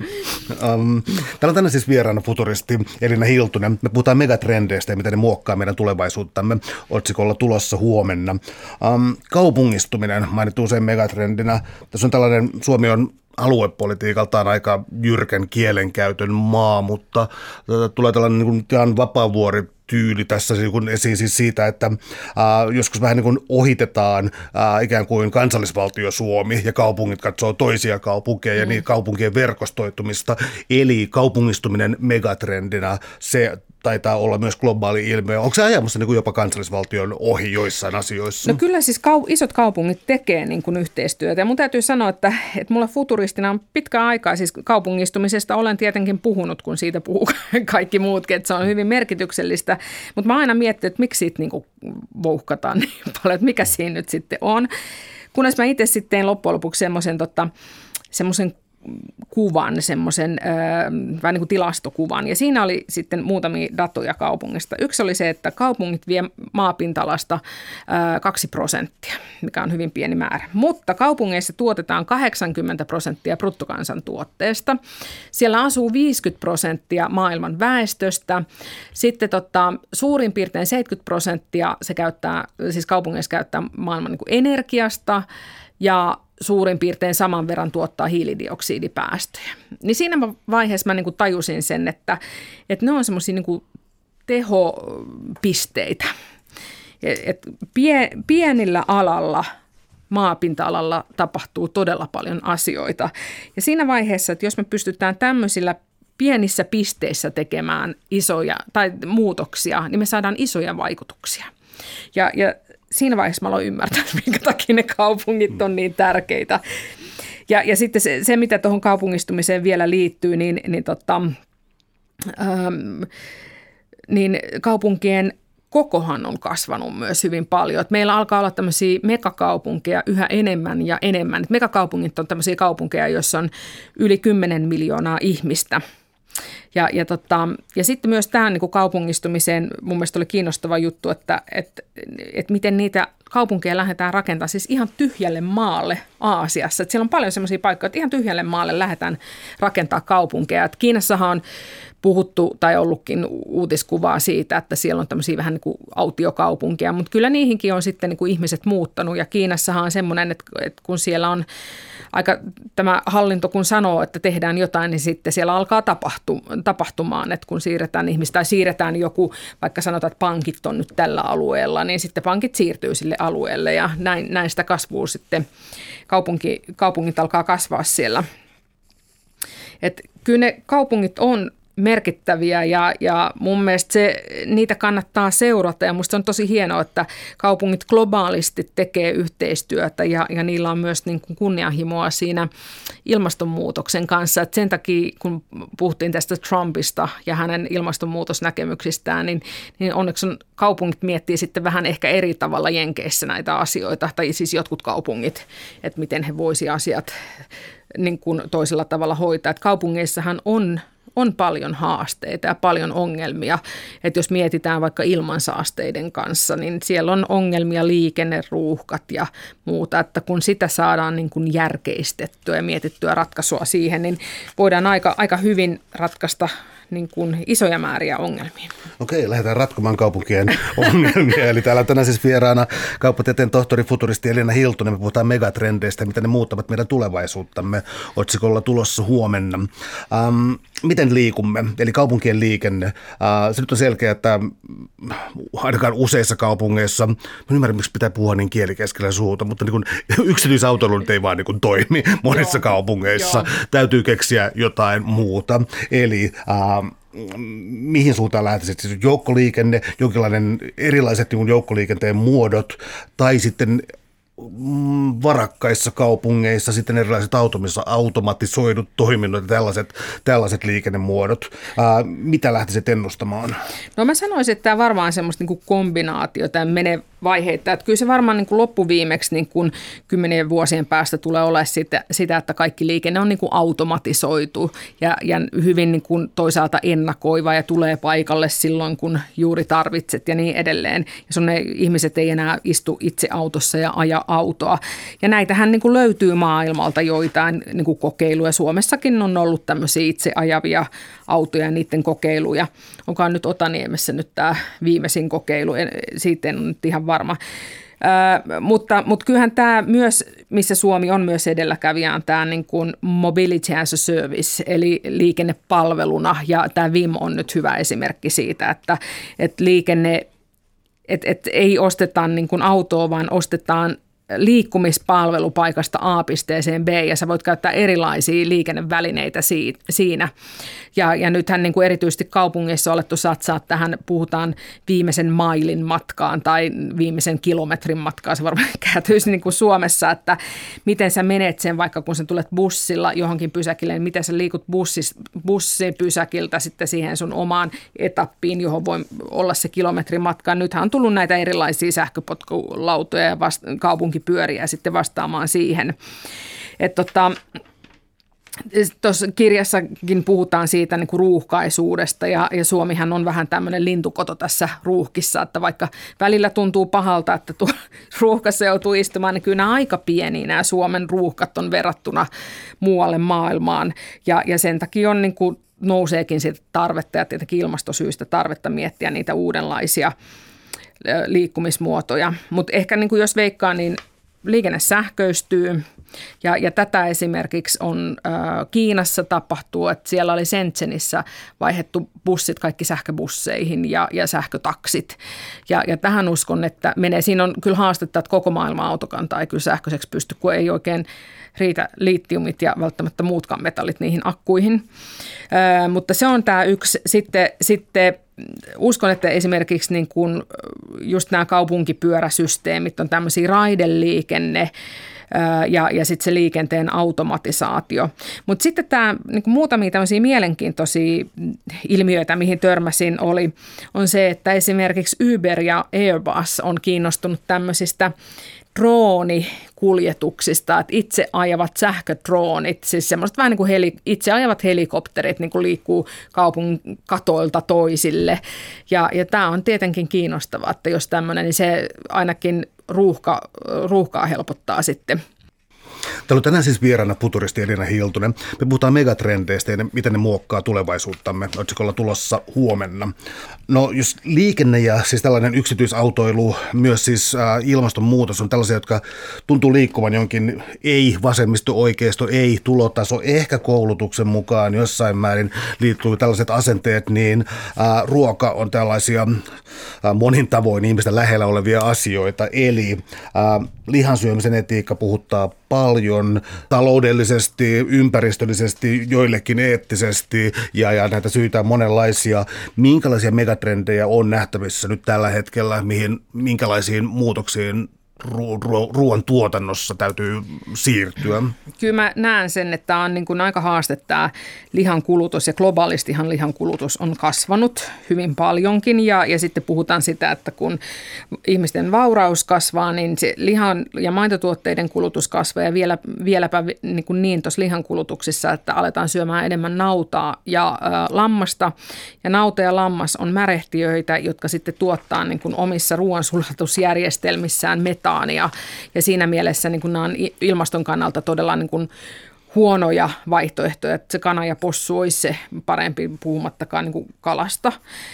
Täällä on tänne siis vieraana futuristi Elina Hiltunen. Me puhutaan megatrendeistä ja miten ne muokkaa meidän tulevaisuuttamme otsikolla tulossa huomenna. Kaupungistuminen mainittu usein megatrendinä. Tässä on tällainen, Suomi on aluepolitiikaltaan aika jyrkän kielenkäytön maa, mutta tulee tällainen niin kuin Jan Vapaavuori tyyli tässä esiin siis siitä, että joskus vähän niin kuin ohitetaan ikään kuin kansallisvaltio Suomi ja kaupungit katsoo toisia kaupunkeja ja niin kaupunkien verkostoitumista. Eli kaupungistuminen megatrendinä, se taitaa olla myös globaali ilmiö. Onko se ajamassa niin kuin jopa kansallisvaltion ohi joissain asioissa? No kyllä siis isot kaupungit tekee niin kuin yhteistyötä. Ja mun täytyy sanoa, että mulla futuristina on pitkä aikaa, siis kaupungistumisesta olen tietenkin puhunut, kun siitä puhuu kaikki muutkin, että se on hyvin merkityksellistä. Mutta mä aina mietin, että miksi siitä niin kuin vouhkataan niin paljon, että mikä siinä nyt sitten on. Kunnes mä itse sitten tein loppujen lopuksi semmoisen kuvan, semmoisen vähän niin kuin tilastokuvan. Ja siinä oli sitten muutamia datoja kaupungista. Yksi oli se, että kaupungit vie maapinta-alasta 2%, mikä on hyvin pieni määrä. Mutta kaupungeissa tuotetaan 80% bruttokansantuotteesta. Siellä asuu 50% maailman väestöstä. Sitten suurin piirtein 70% kaupungeissa käyttää maailman niin kuin energiasta ja suurin piirtein saman verran tuottaa hiilidioksidipäästöjä. Niin siinä vaiheessa mä niin kuin tajusin sen, että ne on semmoisia niin kuin tehopisteitä. Pienillä alalla, maapinta-alalla tapahtuu todella paljon asioita. Ja siinä vaiheessa, että jos me pystytään tämmöisillä pienissä pisteissä tekemään isoja tai muutoksia, niin me saadaan isoja vaikutuksia. Ja siinä vaiheessa mä aloin ymmärtää, minkä takia ne kaupungit on niin tärkeitä. Ja sitten se mitä tuohon kaupungistumiseen vielä liittyy, niin kaupunkien kokohan on kasvanut myös hyvin paljon. Et meillä alkaa olla tämmöisiä megakaupunkeja yhä enemmän ja enemmän. Et megakaupungit on tämmöisiä kaupunkeja, joissa on yli 10 miljoonaa ihmistä. Ja sitten myös tähän niin kuin kaupungistumiseen mun mielestä oli kiinnostava juttu, että miten niitä kaupunkeja lähdetään rakentamaan siis ihan tyhjälle maalle Aasiassa. Että siellä on paljon semmoisia paikkoja, että ihan tyhjälle maalle lähdetään rakentaa kaupunkeja. Että Kiinassahan on puhuttu tai ollutkin uutiskuvaa siitä, että siellä on tämmöisiä vähän niin kuin autiokaupunkeja, mutta kyllä niihinkin on sitten niin kuin ihmiset muuttanut. Ja Kiinassahan on semmoinen, että kun siellä on aika tämä hallinto, kun sanoo, että tehdään jotain, niin sitten siellä alkaa tapahtumaan, että kun siirretään ihmistä tai siirretään joku, vaikka sanotaan, että pankit on nyt tällä alueella, niin sitten pankit siirtyy sille alueelle ja näin sitä kasvua sitten kaupungit alkaa kasvaa siellä. Että kyllä ne kaupungit on merkittäviä ja mun mielestä niitä kannattaa seurata ja musta on tosi hienoa, että kaupungit globaalisti tekee yhteistyötä ja niillä on myös niin kuin kunnianhimoa siinä ilmastonmuutoksen kanssa. Et sen takia, kun puhuttiin tästä Trumpista ja hänen ilmastonmuutosnäkemyksistään, niin onneksi kaupungit miettii sitten vähän ehkä eri tavalla Jenkeissä näitä asioita, tai siis jotkut kaupungit, että miten he voisi asiat niin kuin toisella tavalla hoitaa. Et kaupungeissahan on paljon haasteita ja paljon ongelmia. Että jos mietitään vaikka ilmansaasteiden kanssa, niin siellä on ongelmia, liikenneruuhkat ja muuta. Että kun sitä saadaan niin kuin järkeistettyä ja mietittyä ratkaisua siihen, niin voidaan aika hyvin ratkaista niin kuin isoja määriä ongelmia. Okei, lähdetään ratkomaan kaupunkien ongelmia. Eli täällä on tänään siis vieraana kauppatieteen tohtori futuristi Elina Hiltunen. Me puhutaan megatrendeistä, miten ne muuttavat meidän tulevaisuuttamme otsikolla tulossa huomenna. Miten liikumme? Eli kaupunkien liikenne. Se nyt on selkeä, että ainakaan useissa kaupungeissa, mä ymmärrän, miksi pitää puhua niin kielikeskellä suuta, mutta niin kuin yksityisautoilu nyt ei vaan niin kuin toimi monissa kaupungeissa. Täytyy keksiä jotain muuta. Eli mihin suuntaan lähtisit? Siis joukkoliikenne, jonkinlainen erilaiset niin kuin joukkoliikenteen muodot tai sitten varakkaissa kaupungeissa sitten erilaiset automatisoidut toiminnot ja tällaiset liikennemuodot. Mitä lähtisit ennustamaan? No mä sanoisin, että tämä varmaan semmoista niin kuin kombinaatiota menee vaiheita. Että kyllä se varmaan niin kuin loppuviimeksi niin kuin 10 vuosien päästä tulee olemaan sitä, että kaikki liikenne on niin kuin automatisoitu ja hyvin niin kuin toisaalta ennakoiva ja tulee paikalle silloin, kun juuri tarvitset ja niin edelleen. Ja ne ihmiset ei enää istu itse autossa ja aja autoa. Ja näitähän niin kuin löytyy maailmalta joitain niin kuin kokeiluja. Suomessakin on ollut tämmöisiä itse ajavia autoja ja niiden kokeiluja. Onkaan nyt Otaniemessä nyt tämä viimeisin kokeilu, siitä en ole nyt ihan varma. Mutta kyllähän tämä myös, missä Suomi on myös edelläkävijä, on tämä niin kuin mobility as a service, eli liikennepalveluna. Ja tämä VIM on nyt hyvä esimerkki siitä, että liikenne, että ei osteta niin kuin autoa, vaan ostetaan liikkumispalvelu paikasta A pisteeseen B, ja sä voit käyttää erilaisia liikennevälineitä siinä. Ja nythän niin kuin erityisesti kaupungeissa on alettu satsaa tähän, puhutaan viimeisen mailin matkaan tai viimeisen kilometrin matkaan, se varmaan kääntyisi niin kuin Suomessa, että miten sä menet sen, vaikka kun sä tulet bussilla johonkin pysäkille, niin miten sä liikut bussipysäkiltä sitten siihen sun omaan etappiin, johon voi olla se kilometrin matka. Nythän on tullut näitä erilaisia sähköpotkulautoja ja kaupunkipyöriä sitten vastaamaan siihen. Tuossa kirjassakin puhutaan siitä niin kuin ruuhkaisuudesta ja Suomihan on vähän tämmöinen lintukoto tässä ruuhkissa, että vaikka välillä tuntuu pahalta, että ruuhkassa joutuu istumaan, niin kyllä nämä aika pieniä nämä Suomen ruuhkat on verrattuna muualle maailmaan ja sen takia on niin kuin nouseekin siitä tarvetta ja tietenkin ilmastosyistä tarvetta miettiä niitä uudenlaisia liikkumismuotoja, mutta ehkä niin kuin jos veikkaa, niin liikenne sähköistyy. Ja tätä esimerkiksi on Kiinassa tapahtuu, että siellä oli Shenzhenissä vaihdettu bussit kaikki sähköbusseihin ja sähkötaksit. Ja tähän uskon, että menee. Siinä on kyllä haastetta, että koko maailman autokanta ei kyllä sähköiseksi pysty, kun ei oikein riitä litiumit ja välttämättä muutkaan metallit niihin akkuihin. Mutta se on tämä yksi. Sitten uskon, että esimerkiksi niin kun just nämä kaupunkipyöräsysteemit on tämmöisiä raideliikenne ja sitten se liikenteen automatisaatio. Mutta sitten tämä niin kun muutamia tämmöisiä mielenkiintoisia ilmiöitä, mihin törmäsin, on se, että esimerkiksi Uber ja Airbus on kiinnostunut tämmöisistä droonikuljetuksista, että itse ajavat sähködroonit, siis semmoiset vähän niin kuin itse ajavat helikopterit niin kuin liikkuu kaupungin katoilta toisille. Ja tämä on tietenkin kiinnostavaa, että jos tämmöinen, niin se ainakin ruuhkaa helpottaa sitten. Täällä on tänään siis vieraana futuristi Elina Hiltunen. Me puhutaan megatrendeistä ja miten ne muokkaa tulevaisuuttamme. Otsikolla tulossa huomenna. No jos liikenne ja siis tällainen yksityisautoilu, myös siis ilmastonmuutos on tällaisia, jotka tuntuu liikkuvan jonkin ei-vasemmisto-oikeisto, ei-tulotaso, ehkä koulutuksen mukaan jossain määrin liittyy tällaiset asenteet, niin ruoka on tällaisia monin tavoin ihmisten lähellä olevia asioita. Eli lihansyömisen etiikka puhuttaa paljon taloudellisesti, ympäristöllisesti, joillekin eettisesti ja näitä syitä on monenlaisia. Minkälaisia megatrendejä on nähtävissä nyt tällä hetkellä, minkälaisiin muutoksiin ruoan tuotannossa täytyy siirtyä? Kyllä mä näen sen, että tämä on niin kuin aika haaste tämä lihan kulutus ja globaalistihan lihan kulutus on kasvanut hyvin paljonkin ja sitten puhutaan sitä, että kun ihmisten vauraus kasvaa, niin se lihan ja maitotuotteiden kulutus kasvaa ja vieläpä niin tuossa lihan kulutuksessa, että aletaan syömään enemmän nautaa ja lammasta ja nauta ja lammas on märehtiöitä, jotka sitten tuottaa niin kuin omissa ruoansulatusjärjestelmissään metaania. Ja siinä mielessä niin kun nämä on ilmaston kannalta todella niin kun huonoja vaihtoehtoja, että se kana ja possu olisi se parempi, puhumattakaan niin kun kalasta.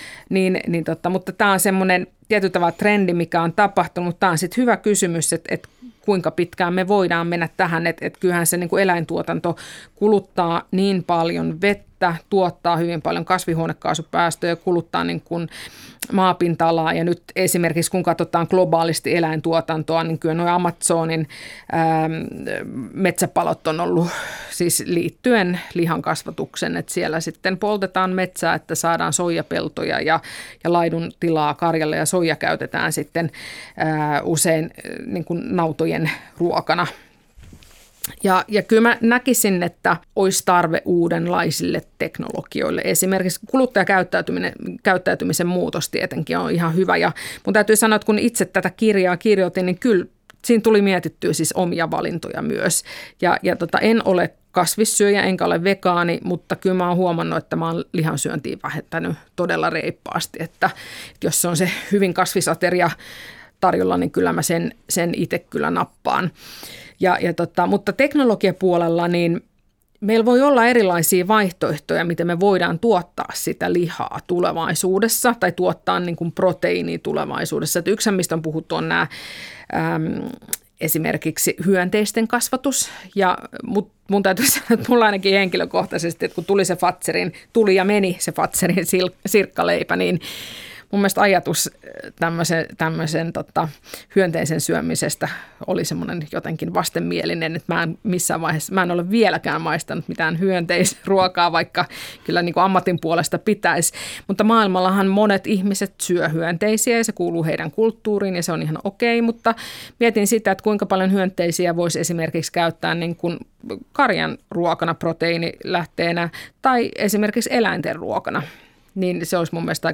Mutta tämä on semmoinen tietyllä tavalla trendi, mikä on tapahtunut, mutta tämä on sitten hyvä kysymys, että kuinka pitkään me voidaan mennä tähän, että kyllähän se niin kuin eläintuotanto kuluttaa niin paljon vettä, tuottaa hyvin paljon kasvihuonekaasupäästöjä, kuluttaa niin kuin maapinta-alaa ja nyt esimerkiksi kun katsotaan globaalisti eläintuotantoa, niin kyllä nuo Amazonin metsäpalot on ollut siis liittyen lihan kasvatuksen, että siellä sitten poltetaan metsää, että saadaan soijapeltoja ja laidun tilaa karjalle ja soija käytetään sitten usein niin kuin nautojen ruokana. Ja kyllä mä näkisin, että olisi tarve uudenlaisille teknologioille. Esimerkiksi kuluttajakäyttäytymisen muutos tietenkin on ihan hyvä. Ja mun täytyy sanoa, että kun itse tätä kirjaa kirjoitin, niin kyllä siinä tuli mietittyä siis omia valintoja myös. Ja en ole kasvissyöjä enkä ole vegaani, mutta kyllä mä oon huomannut, että mä oon lihansyöntiä vähentänyt todella reippaasti. Että jos se on se hyvin kasvisateria tarjolla, niin kyllä mä sen itse kyllä nappaan. Mutta teknologiapuolella niin meillä voi olla erilaisia vaihtoehtoja, miten me voidaan tuottaa sitä lihaa tulevaisuudessa tai tuottaa niin kuin proteiinia tulevaisuudessa. Et yksi, mistä on puhuttu, on nämä esimerkiksi hyönteisten kasvatus. Mun täytyy sanoa, että mulla ainakin henkilökohtaisesti, että kun tuli ja meni se Fazerin sirkkaleipä, niin mun mielestä ajatus tämmöisen hyönteisen syömisestä oli semmoinen jotenkin vastenmielinen, että mä en ole vieläkään maistanut mitään hyönteisruokaa, vaikka kyllä niin kuin ammatin puolesta pitäisi. Mutta maailmallahan monet ihmiset syö hyönteisiä ja se kuuluu heidän kulttuuriin ja se on ihan okei, mutta mietin sitä, että kuinka paljon hyönteisiä voisi esimerkiksi käyttää niin kuin karjan ruokana, proteiinilähteenä tai esimerkiksi eläinten ruokana, niin se olisi mun mielestä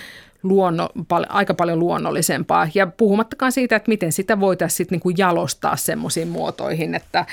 aika paljon luonnollisempaa. Ja puhumattakaan siitä, että miten sitä voitaisiin sitten niinku jalostaa semmoisiin muotoihin, että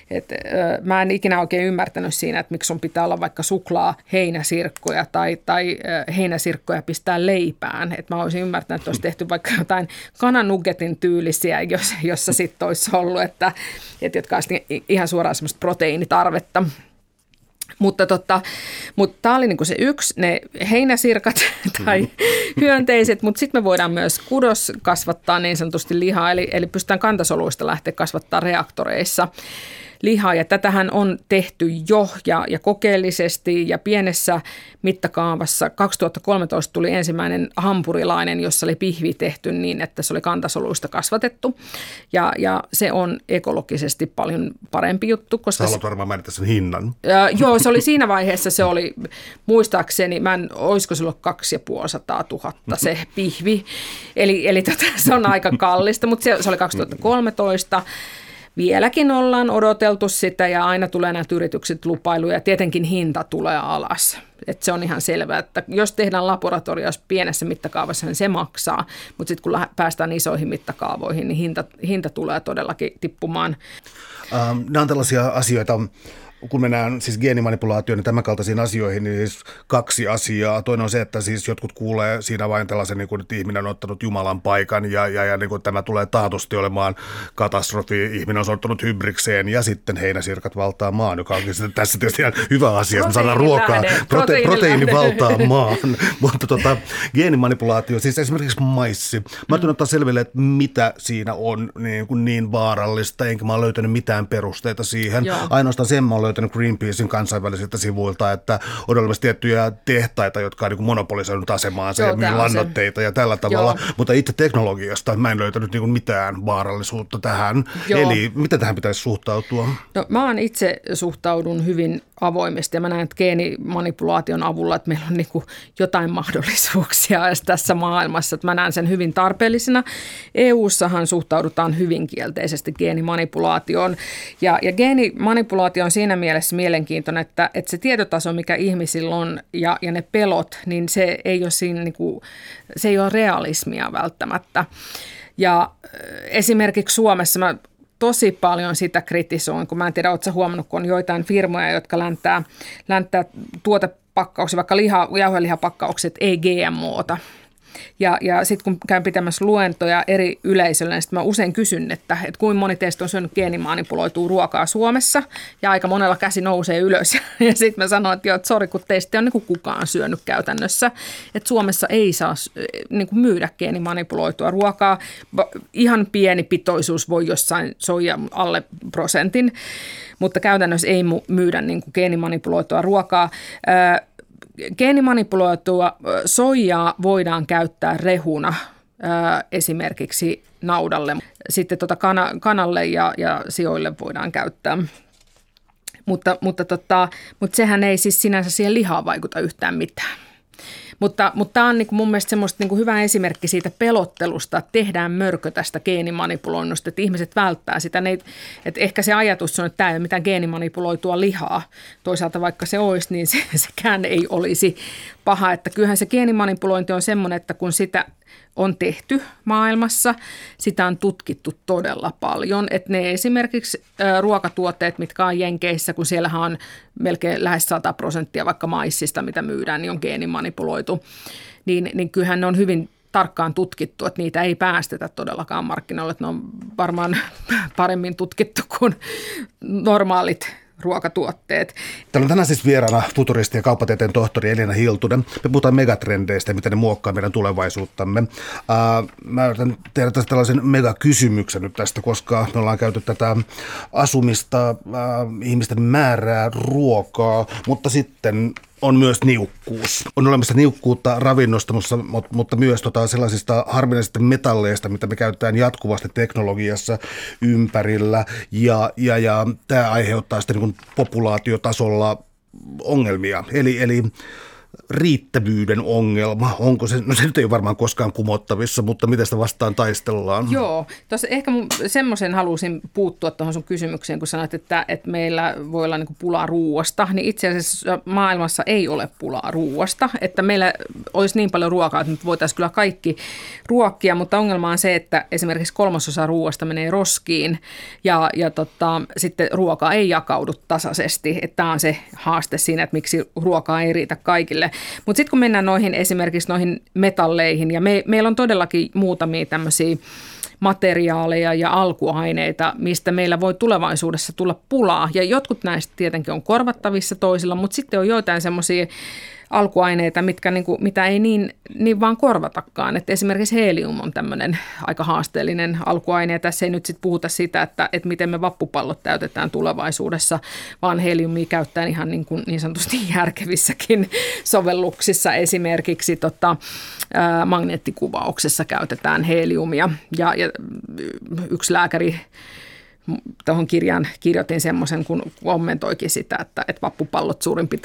mä en ikinä oikein ymmärtänyt siinä, että miksi sun pitää olla vaikka suklaa heinäsirkkoja tai heinäsirkkoja pistää leipään. Että mä olisin ymmärtänyt, että olisi tehty vaikka jotain kananuggetin tyylisiä, jossa sitten olisi ollut, että jotka olisi ihan suoraan semmoista proteiinitarvetta. Mutta tämä oli niinku se yksi, ne heinäsirkat tai hyönteiset, mutta sitten me voidaan myös kudos kasvattaa niin sanotusti lihaa, eli pystytään kantasoluista lähteä kasvattaa reaktoreissa. lihaa. Ja tätähän on tehty jo ja kokeellisesti ja pienessä mittakaavassa. 2013 tuli ensimmäinen hampurilainen, jossa oli pihvi tehty niin, että se oli kantasoluista kasvatettu. Ja se on ekologisesti paljon parempi juttu. Koska haluat varmaan mainita sen hinnan. Joo, se oli siinä vaiheessa, se oli muistaakseni, olisiko se ollut 250 000 se pihvi. Eli se on aika kallista, mutta se oli 2013. Vieläkin ollaan odoteltu sitä ja aina tulee näitä yritykset lupailuja ja tietenkin hinta tulee alas. Et se on ihan selvää, että jos tehdään laboratoriossa pienessä mittakaavassa, niin se maksaa, mutta sitten kun päästään isoihin mittakaavoihin, niin hinta tulee todellakin tippumaan. Nämä on tällaisia asioita, kun mennään siis geenimanipulaatioon ja tämän kaltaisiin asioihin, niin siis kaksi asiaa. Toinen on se, että siis jotkut kuulee siinä vain tällaisen, niin kuin, että ihminen on ottanut Jumalan paikan ja niin kuin tämä tulee taatusti olemaan katastrofi. Ihminen on sortunut hybrikseen ja sitten heinäsirkat valtaa maan, joka onkin tässä tietysti ihan hyvä asia, että saadaan ruokaa, proteiini valtaa maan. Mutta geenimanipulaatio, siis esimerkiksi maissi. Mä oon ottaa selville, että mitä siinä on niin vaarallista, enkä mä ole löytänyt mitään perusteita siihen. Joo. Ainoastaan sen mä olen löytänyt Greenpeacein kansainvälisiltä sivuilta, että on olemassa tiettyjä tehtaita, jotka on niin monopolisoinut asemaansa ja myy lannoitteita ja tällä tavalla, mutta itse teknologiasta mä en löytänyt niin mitään vaarallisuutta tähän. Joo. Eli miten tähän pitäisi suhtautua? No, mä itse suhtaudun hyvin avoimesti ja mä näen, että geenimanipulaation avulla, että meillä on niin kuin jotain mahdollisuuksia tässä maailmassa, että mä näen sen hyvin tarpeellisena. EU:ssahan suhtaudutaan hyvin kielteisesti geenimanipulaatioon ja geenimanipulaatio on siinä mielessä mielenkiintoinen, että se tietotaso, mikä ihmisillä on ja ne pelot, niin se ei ole siinä niin kuin, se ei ole realismia välttämättä. Ja esimerkiksi Suomessa mä tosi paljon sitä kritisoin, kun mä en tiedä, ootko sä huomannut, kun on joitain firmoja, jotka länttää tuotepakkauksia, vaikka jauhelihapakkaukset, ei GMOta. Ja sitten kun käyn pitämässä luentoja eri yleisölle, niin sitten mä usein kysyn, että kuinka moni teistä on syönyt geenimanipuloitua ruokaa Suomessa, ja aika monella käsi nousee ylös. Ja sitten mä sanon, että sori, kun teistä ei ole niin kukaan syönyt käytännössä, että Suomessa ei saa niin myydä geenimanipuloitua ruokaa. Ihan pieni pitoisuus voi jossain soija alle 1%, mutta käytännössä ei myydä niin geenimanipuloitua ruokaa. Geenimanipuloitua soijaa voidaan käyttää rehuna esimerkiksi naudalle. Sitten kanalle ja sioille voidaan käyttää. Mutta sehän ei siis sinänsä siihen lihaan vaikuta yhtään mitään. Mutta tämä on mun mielestä semmoista hyvä esimerkki siitä pelottelusta, että tehdään mörkö tästä geenimanipuloinnusta, että ihmiset välttää sitä. Että ehkä se ajatus on, että tämä ei ole mitään geenimanipuloitua lihaa. Toisaalta vaikka se olisi, niin sekään ei olisi paha. Että kyllähän se geenimanipulointi on semmoinen, että kun sitä on tehty maailmassa, sitä on tutkittu todella paljon. Että ne esimerkiksi ruokatuotteet, mitkä on Jenkeissä, kun siellähän on melkein lähes 100% vaikka maissista, mitä myydään, niin on geenimanipuloitu, niin kyllähän ne on hyvin tarkkaan tutkittu, että niitä ei päästetä todellakaan markkinoille. Että ne on varmaan paremmin tutkittu kuin normaalit ruokatuotteet. Täällä on tänään siis vieraana futuristi ja kauppatieteen tohtori Elina Hiltunen. Me puhutaan megatrendeistä ja miten ne muokkaa meidän tulevaisuuttamme. Mä yritän tehdä tällaisen megakysymyksen nyt tästä, koska me ollaan käyty tätä asumista, ihmisten määrää, ruokaa, mutta sitten on myös niukkuus. On olemassa niukkuutta ravinnosta, mutta myös sellaisista harvinaisista metalleista, mitä me käytetään jatkuvasti teknologiassa ympärillä. Ja tämä aiheuttaa sitten niin kuin populaatiotasolla ongelmia. Eli riittävyyden ongelma, onko se, no se nyt ei ole varmaan koskaan kumottavissa, mutta miten sitä vastaan taistellaan? Joo, tuossa ehkä semmoisen halusin puuttua tuohon sun kysymykseen, kun sanoit, että meillä voi olla niin kuin pulaa ruuasta, niin itse asiassa maailmassa ei ole pulaa ruuasta, että meillä olisi niin paljon ruokaa, että me voitaisiin kyllä kaikki ruokkia, mutta ongelma on se, että esimerkiksi 3/3 ruuasta menee roskiin ja sitten ruoka ei jakaudu tasaisesti, että tämä on se haaste siinä, että miksi ruokaa ei riitä kaikille. Mutta sitten kun mennään esimerkiksi noihin metalleihin, ja meillä on todellakin muutamia tämmöisiä materiaaleja ja alkuaineita, mistä meillä voi tulevaisuudessa tulla pulaa. Ja jotkut näistä tietenkin on korvattavissa toisilla, mutta sitten on joitain semmoisia alkuaineita, mitä ei niin vaan korvatakaan. Että esimerkiksi helium on tämmöinen aika haasteellinen alkuaine, ja tässä ei nyt sitten puhuta sitä, että miten me vappupallot täytetään tulevaisuudessa, vaan heliumia käyttää ihan niin sanotusti järkevissäkin sovelluksissa. Esimerkiksi magneettikuvauksessa käytetään heliumia, ja yksi lääkäri tuohon kirjaan kirjoitin semmoisen, kun kommentoikin sitä, että vappupallot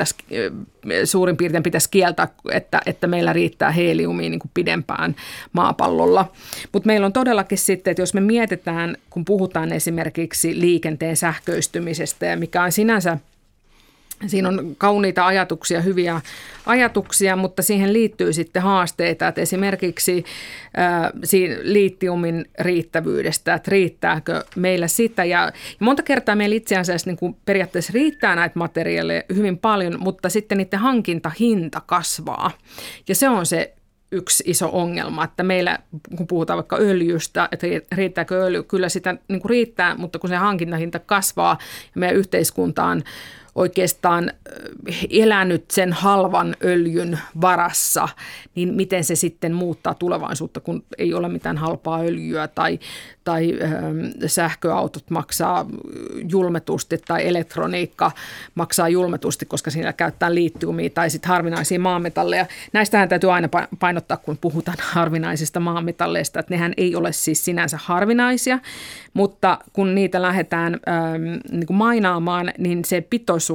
suurin piirtein pitäisi kieltää, että meillä riittää heliumia niin kuin pidempään maapallolla. Mutta meillä on todellakin sitten, että jos me mietitään, kun puhutaan esimerkiksi liikenteen sähköistymisestä, ja mikä on sinänsä, siinä on kauniita ajatuksia, hyviä ajatuksia, mutta siihen liittyy sitten haasteita, että esimerkiksi litiumin riittävyydestä, että riittääkö meillä sitä. Ja monta kertaa meillä itse asiassa niin kuin periaatteessa riittää näitä materiaaleja hyvin paljon, mutta sitten niiden hankintahinta kasvaa. Ja se on se yksi iso ongelma, että meillä, kun puhutaan vaikka öljystä, että riittääkö öljy, kyllä sitä niin kuin riittää, mutta kun se hankintahinta kasvaa ja meidän yhteiskunta on oikeastaan elänyt sen halvan öljyn varassa, niin miten se sitten muuttaa tulevaisuutta, kun ei ole mitään halpaa öljyä tai sähköautot maksaa julmetusti tai elektroniikka maksaa julmetusti, koska siinä käytetään litiumia tai sitten harvinaisia maametalleja. Näistähän täytyy aina painottaa, kun puhutaan harvinaisista maametalleista, että nehän ei ole siis sinänsä harvinaisia, mutta kun niitä lähdetään niin kuin mainaamaan, niin se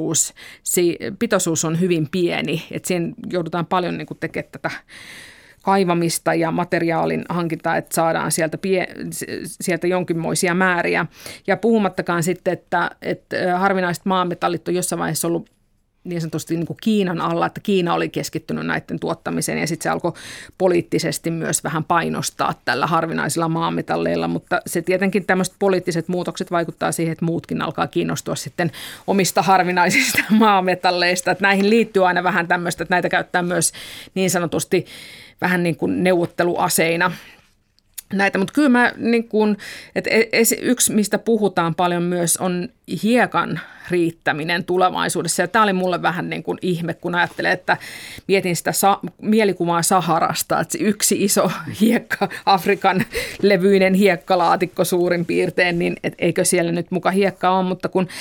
pitoisuus on hyvin pieni, että siinä joudutaan paljon niin kuin tekemään tätä kaivamista ja materiaalin hankintaa, että saadaan sieltä jonkinmoisia määriä. Ja puhumattakaan sitten, että harvinaiset maametallit on jossain vaiheessa ollut niin sanotusti niin kuin Kiinan alla, että Kiina oli keskittynyt näiden tuottamiseen ja sitten se alkoi poliittisesti myös vähän painostaa tällä harvinaisilla maametalleilla, mutta se tietenkin tämmöiset poliittiset muutokset vaikuttaa siihen, että muutkin alkaa kiinnostua sitten omista harvinaisista maametalleista, että näihin liittyy aina vähän tämmöistä, että näitä käyttää myös niin sanotusti vähän niin kuin neuvotteluaseina näitä, mutta kyllä mä niin kuin, että yksi, mistä puhutaan paljon myös, on hiekan riittäminen tulevaisuudessa. Ja tämä oli mulle vähän niin kuin ihme, kun ajattelee, että mietin sitä mielikuvaa Saharasta, että yksi iso Afrikan levyinen hiekkalaatikko suurin piirtein, niin eikö siellä nyt muka hiekkaa ole, mutta kun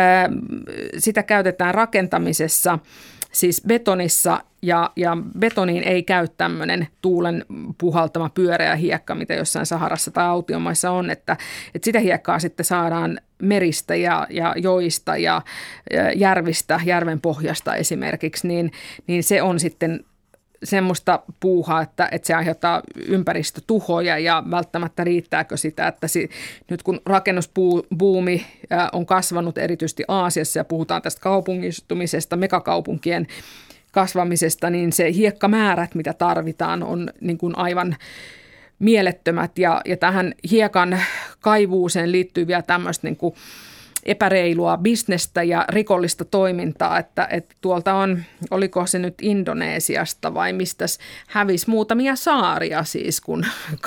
sitä käytetään rakentamisessa, siis betonissa, ja betoniin ei käy tämmöinen tuulen puhaltama pyöreä hiekka, mitä jossain Saharassa tai autiomaissa on, että sitä hiekkaa sitten saadaan meristä ja joista ja järvistä, järven pohjasta esimerkiksi, niin se on sitten semmoista puuhaa, että se aiheuttaa ympäristötuhoja ja välttämättä riittääkö sitä, että nyt kun rakennusbuumi on kasvanut erityisesti Aasiassa ja puhutaan tästä kaupungistumisesta, megakaupunkien kasvamisesta, niin se hiekkamäärät, mitä tarvitaan, on niin kuin aivan mielettömät ja tähän hiekan kaivuuseen liittyy vielä tämmöistä niin kuin epäreilua bisnestä ja rikollista toimintaa, että tuolta oliko se nyt Indonesiasta vai mistäs hävisi muutamia saaria siis, kun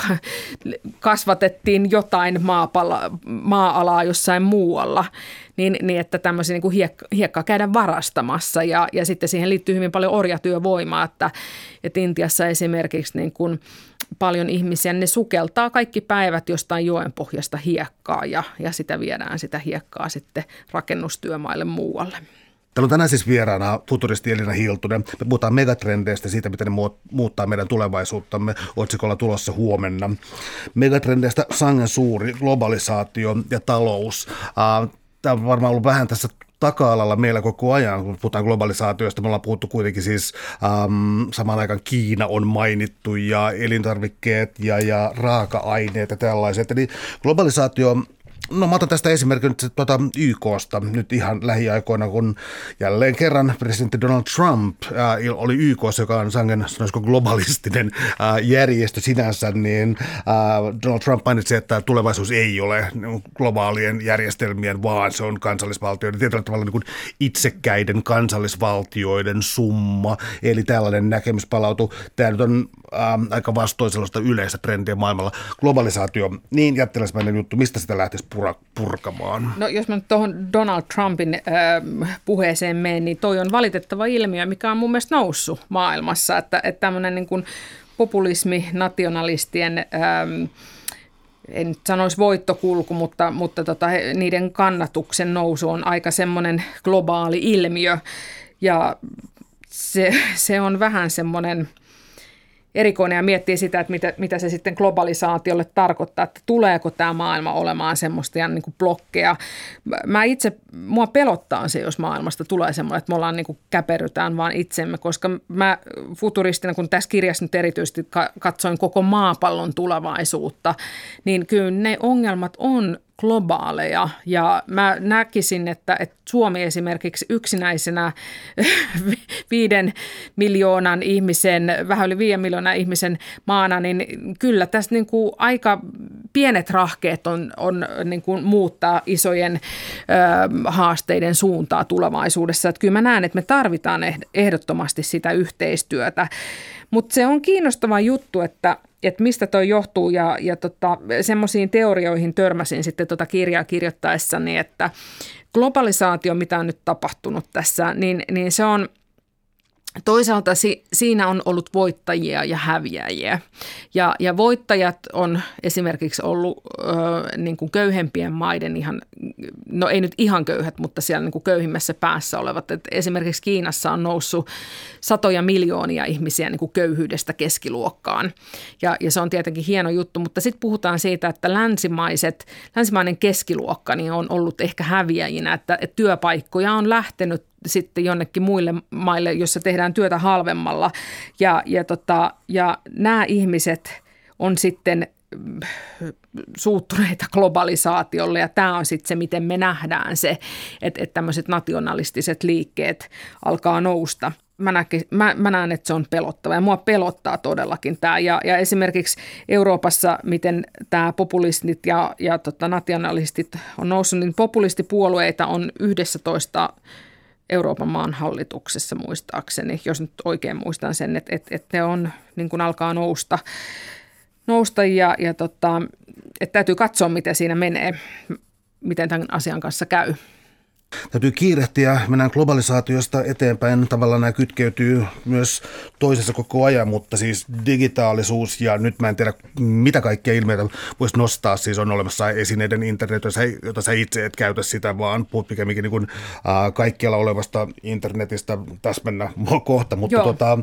kasvatettiin jotain maa-alaa jossain muualla, niin että tämmöisiä niin kuin hiekkaa käydään varastamassa ja sitten siihen liittyy hyvin paljon orjatyövoimaa, että Intiassa esimerkiksi niin kuin paljon ihmisiä, ne sukeltaa kaikki päivät jostain joenpohjasta hiekkaa ja sitä viedään sitä hiekkaa sitten rakennustyömaille muualle. Täällä on tänään siis vieraana futuristi Elina Hiltunen. Me puhutaan megatrendeistä, siitä miten ne muuttaa meidän tulevaisuuttamme, otsikolla tulossa huomenna. Megatrendeistä sangen suuri, globalisaatio ja talous. Tämä on varmaan ollut vähän tässä taka-alalla meillä koko ajan, kun puhutaan globalisaatiosta. Me ollaan puhuttu kuitenkin siis samaan aikaan Kiina on mainittu ja elintarvikkeet ja raaka-aineet ja tällaiset. Eli globalisaatio, no mä otan tästä esimerkin nyt YKsta nyt ihan lähiaikoina, kun jälleen kerran presidentti Donald Trump oli YKssa, joka on sangen sanoisiko globalistinen järjestö sinänsä, niin Donald Trump mainitsi, että tulevaisuus ei ole globaalien järjestelmien, vaan se on kansallisvaltioiden, tietyllä tavalla niin kuin itsekkäiden kansallisvaltioiden summa, eli tällainen näkemys palautuu. Tämä nyt on aika vastoin sellaista yleistä trendiä maailmalla. Globalisaatio, niin jättiläismäinen juttu, mistä sitä lähtisi purkamaan? No jos mä nyt tuohon Donald Trumpin puheeseen menen, niin toi on valitettava ilmiö, mikä on mun mielestä noussut maailmassa, että tämmöinen niin kuin populismi, nationalistien en nyt sanoisi voittokulku, mutta niiden kannatuksen nousu on aika semmoinen globaali ilmiö ja se on vähän semmoinen erikoinen ja miettii sitä, että mitä se sitten globalisaatiolle tarkoittaa, että tuleeko tämä maailma olemaan semmoista niin kuin blokkeja. Mua pelottaa se, jos maailmasta tulee semmoinen, että me ollaan niin kuin käperrytään vaan itsemme, koska mä futuristina, kun tässä kirjassa nyt erityisesti katsoin koko maapallon tulevaisuutta, niin kyllä ne ongelmat on globaaleja ja mä näkisin, että Suomi esimerkiksi yksinäisenä 5 miljoonan ihmisen, vähän yli 5 miljoonan ihmisen maana, niin kyllä tässä niin kuin aika pienet rahkeet on niin kuin muuttaa isojen haasteiden suuntaa tulevaisuudessa. Että kyllä mä näen, että me tarvitaan ehdottomasti sitä yhteistyötä, mutta se on kiinnostava juttu, että mistä toi johtuu ja semmoisiin teorioihin törmäsin sitten kirjaa kirjoittaessani, että globalisaatio, mitä on nyt tapahtunut tässä, niin se on toisaalta siinä on ollut voittajia ja häviäjiä ja voittajat on esimerkiksi ollut niin kuin köyhempien maiden ihan, no ei nyt ihan köyhät, mutta siellä niin kuin köyhimmässä päässä olevat. Et esimerkiksi Kiinassa on noussut satoja miljoonia ihmisiä niin kuin köyhyydestä keskiluokkaan ja se on tietenkin hieno juttu, mutta sitten puhutaan siitä, että länsimainen keskiluokka niin on ollut ehkä häviäjinä, että työpaikkoja on lähtenyt sitten jonnekin muille maille, jossa tehdään työtä halvemmalla ja nämä ihmiset on sitten suuttuneita globalisaatiolle ja tämä on sitten se, miten me nähdään se, että tämmöiset nationalistiset liikkeet alkaa nousta. Mä näen, että se on pelottava ja mua pelottaa todellakin tämä. Ja esimerkiksi Euroopassa, miten tämä populistit ja nationalistit on noussut, niin populistipuolueita on 11 Euroopan maan hallituksessa muistaakseni, jos nyt oikein muistan sen, että ne on, niin kuin alkaa nousta ja että täytyy katsoa, miten siinä menee, miten tämän asian kanssa käy. Täytyy kiirehtiä, mennään globalisaatiosta eteenpäin. Tavallaan nämä kytkeytyy myös toisessa koko ajan, mutta siis digitaalisuus ja nyt mä en tiedä mitä kaikkia ilmiöitä voisi nostaa. Siis on olemassa esineiden internet, jota sä itse et käytä sitä, vaan puhut pikemminkin niin kuin, kaikkialla olevasta internetistä. Tässä mennään kohta, mutta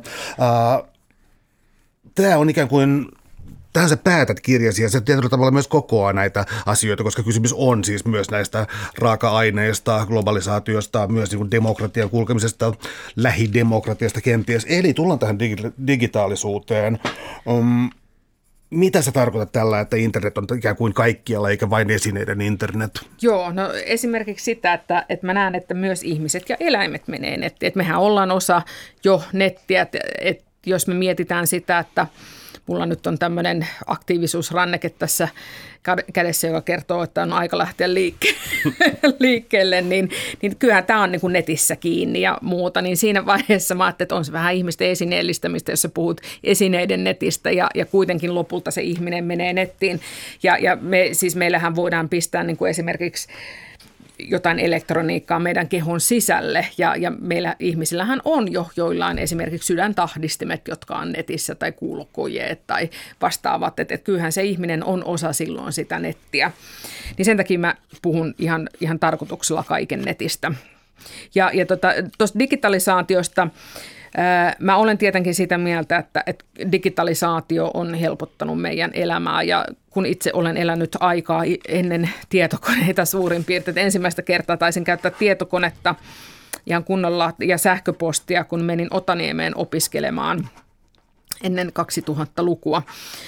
tämä on ikään kuin tähän sä päätät kirjasi ja se tietyllä tavalla myös kokoaa näitä asioita, koska kysymys on siis myös näistä raaka-aineista, globalisaatiosta, myös niin kuin demokratian kulkemisesta, lähidemokratiasta kenties. Eli tullaan tähän digitaalisuuteen. Mitä sä tarkoitat tällä, että internet on ikään kuin kaikkialla eikä vain esineiden internet? Joo, no esimerkiksi sitä, että mä näen, että myös ihmiset ja eläimet menee nettiin. Että mehän ollaan osa jo nettiä, että jos me mietitään sitä, että mulla nyt on tämmöinen aktiivisuusranneke tässä kädessä, joka kertoo, että on aika lähteä liikkeelle, niin kyllähän tämä on niin kuin netissä kiinni ja muuta. Niin siinä vaiheessa mä ajattelin, että on se vähän ihmisten esineellistämistä, jos sä puhut esineiden netistä ja kuitenkin lopulta se ihminen menee nettiin. Ja meillähän voidaan pistää niin kuin esimerkiksi jotain elektroniikkaa meidän kehon sisälle ja meillä ihmisillähän on jo joillain esimerkiksi sydäntahdistimet, jotka on netissä tai kuulokojeet tai vastaavat, että kyllähän se ihminen on osa silloin sitä nettiä. Niin sen takia mä puhun ihan tarkoituksella kaiken netistä. Ja tuosta digitalisaatiosta mä olen tietenkin sitä mieltä, että digitalisaatio on helpottanut meidän elämää ja kun itse olen elänyt aikaa ennen tietokoneita suurin piirtein, että ensimmäistä kertaa taisin käyttää tietokonetta ihan kunnolla ja sähköpostia, kun menin Otaniemeen opiskelemaan ennen 2000-lukua.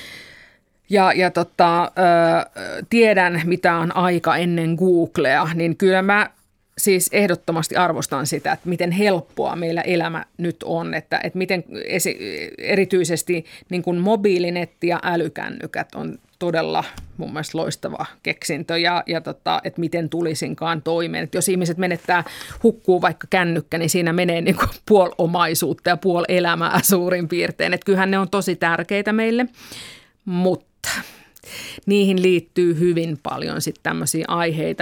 Tiedän, mitä on aika ennen Googlea, niin kyllä mä siis ehdottomasti arvostan sitä, että miten helppoa meillä elämä nyt on, että miten erityisesti niin kuin mobiilinetti ja älykännykät on todella mun mielestä loistava keksintö ja että miten tulisinkaan toimeen. Että jos ihmiset hukkuu vaikka kännykkä, niin siinä menee niin kuin puoli omaisuutta ja puoli elämää suurin piirtein. Että kyllähän ne on tosi tärkeitä meille, mutta niihin liittyy hyvin paljon sitten tämmöisiä aiheita,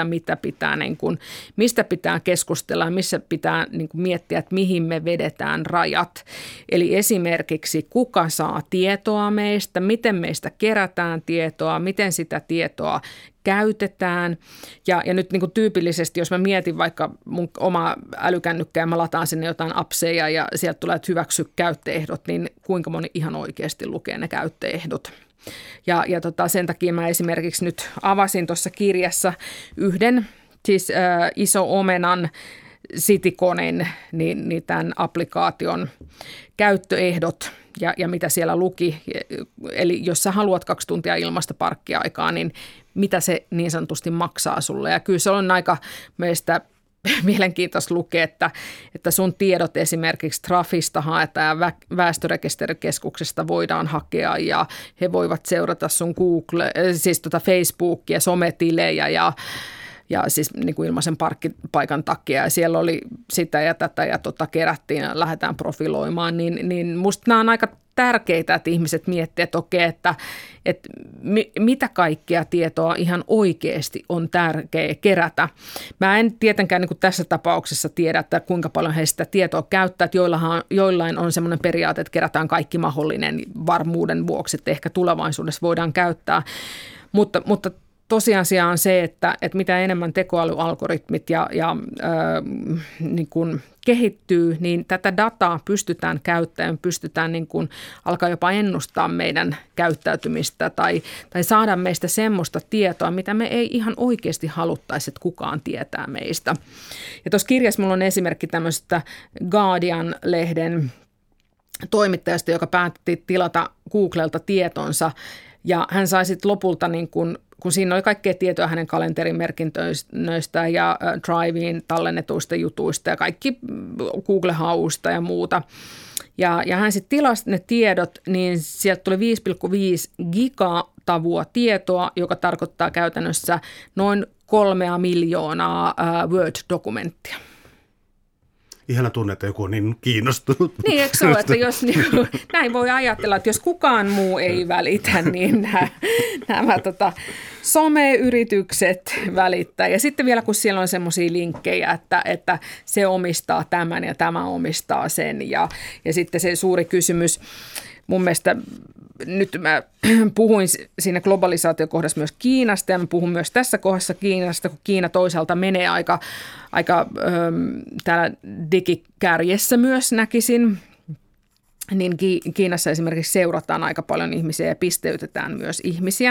mistä pitää keskustella ja missä pitää niin kuin miettiä, että mihin me vedetään rajat. Eli esimerkiksi kuka saa tietoa meistä, miten meistä kerätään tietoa, miten sitä tietoa käytetään. Ja nyt niin kuin tyypillisesti, jos mä mietin vaikka mun oma älykännykkää ja mä lataan sinne jotain appseja ja sieltä tulee, että hyväksy käyttöehdot, niin kuinka moni ihan oikeasti lukee ne käyttöehdot. Ja sen takia mä esimerkiksi nyt avasin tuossa kirjassa yhden, siis Iso Omenan Cityconin, niin tämän applikaation käyttöehdot ja mitä siellä luki. Eli jos sä haluat 2 tuntia ilmaista parkkiaikaa, niin mitä se niin sanotusti maksaa sulle. Ja kyllä se on aika meistä mielenkiintoista lukea, että sun tiedot esimerkiksi Trafista haetaan ja väestörekisterikeskuksesta voidaan hakea ja he voivat seurata sun Facebookia, sometilejä ja siis niin kuin ilmaisen parkkipaikan takia ja siellä oli sitä ja tätä ja kerättiin ja lähdetään profiloimaan, niin musta nämä on aika tärkeitä, että ihmiset miettivät, että okei, että mitä kaikkea tietoa ihan oikeasti on tärkeä kerätä. Mä en tietenkään niin kuin tässä tapauksessa tiedä, että kuinka paljon he sitä tietoa käyttää, että joillain on semmoinen periaate, että kerätään kaikki mahdollinen varmuuden vuoksi, että ehkä tulevaisuudessa voidaan käyttää, mutta tosiasia on se, että mitä enemmän tekoälyalgoritmit niin kuin kehittyy, niin tätä dataa pystytään käyttämään, pystytään niin kuin alkaa jopa ennustaa meidän käyttäytymistä tai saada meistä semmoista tietoa, mitä me ei ihan oikeasti haluttaisi, että kukaan tietää meistä. Ja tuossa kirjassa minulla on esimerkki tämmöisestä Guardian-lehden toimittajasta, joka päätti tilata Googlelta tietonsa ja hän sai sitten lopulta niin kun siinä oli kaikkea tietoa hänen kalenterimerkintöistä ja Driveen tallennetuista jutuista ja kaikki Google-hausta ja muuta. Ja hän sitten tilasi ne tiedot, niin sieltä tuli 5,5 gigatavua tietoa, joka tarkoittaa käytännössä noin 3 miljoonaa Word-dokumenttia. Ihana tunne, että joku on niin kiinnostunut. Niin, eikö se ole, että jos näin voi ajatella, että jos kukaan muu ei välitä, niin nämä someyritykset välittää. Ja sitten vielä, kun siellä on semmoisia linkkejä, että se omistaa tämän ja tämä omistaa sen. Ja sitten se suuri kysymys, mun mielestä nyt mä puhuin siinä globalisaatiokohdassa myös Kiinasta ja mä puhun myös tässä kohdassa Kiinasta, kun Kiina toisaalta menee aika täällä digikärjessä myös näkisin. Niin Kiinassa esimerkiksi seurataan aika paljon ihmisiä ja pisteytetään myös ihmisiä.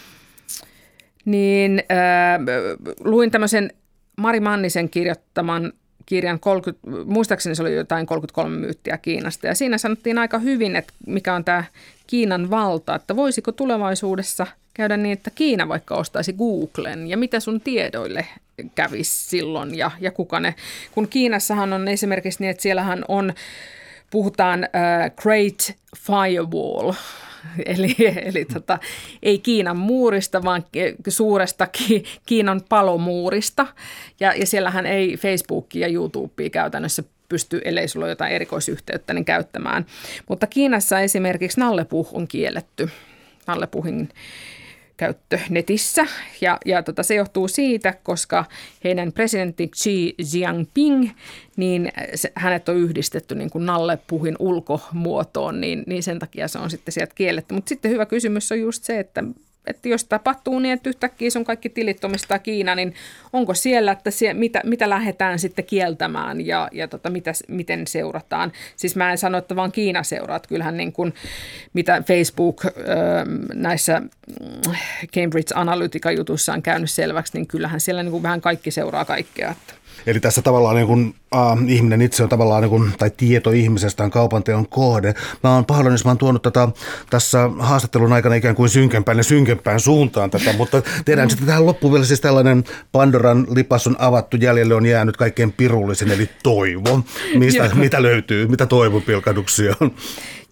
Niin luin tämmöisen Mari Mannisen kirjoittaman kirjan, muistaakseni se oli jotain 33 myyttiä Kiinasta, ja siinä sanottiin aika hyvin, että mikä on tämä Kiinan valta, että voisiko tulevaisuudessa käydä niin, että Kiina vaikka ostaisi Googlen, ja mitä sun tiedoille kävisi silloin, ja kuka ne, kun Kiinassahan on esimerkiksi niin, että siellähän puhutaan Great Firewall, Eli ei Kiinan muurista, vaan suuresta Kiinan palomuurista. Ja siellähän ei Facebookia ja YouTubea käytännössä pysty, ellei sulla ole jotain erikoisyhteyttä, niin käyttämään. Mutta Kiinassa esimerkiksi nallepuh on kielletty, nallepuhin käyttö netissä. Ja se johtuu siitä, koska heidän presidentti Xi Jinping, niin hänet on yhdistetty niin kuin nallepuhin ulkomuotoon, niin sen takia se on sitten sieltä kielletty. Mutta sitten hyvä kysymys on just se, että jos tapahtuu niin, että yhtäkkiä sun kaikki tilit omistaa Kiina, niin onko siellä, että mitä lähdetään sitten kieltämään ja miten seurataan. Siis mä en sano, että vaan Kiina seuraa, että kyllähän niin kuin, mitä Facebook näissä Cambridge Analytica-jutuissa on käynyt selväksi, niin kyllähän siellä niin kuin vähän kaikki seuraa kaikkea. Eli tässä tavallaan niin kun, ihminen itse on tavallaan, niin kun, tai tieto ihmisestä on kaupanteon kohde. Mä oon pahoillani, jos mä oon tuonut tässä haastattelun aikana ikään kuin synkempään suuntaan tätä, mutta tehdään sitten tähän loppuun vielä siis tällainen Pandoran lipas on avattu, jäljelle on jäänyt kaikkein pirullisin, eli toivo. Mitä löytyy, mitä toivon pilkahduksia on?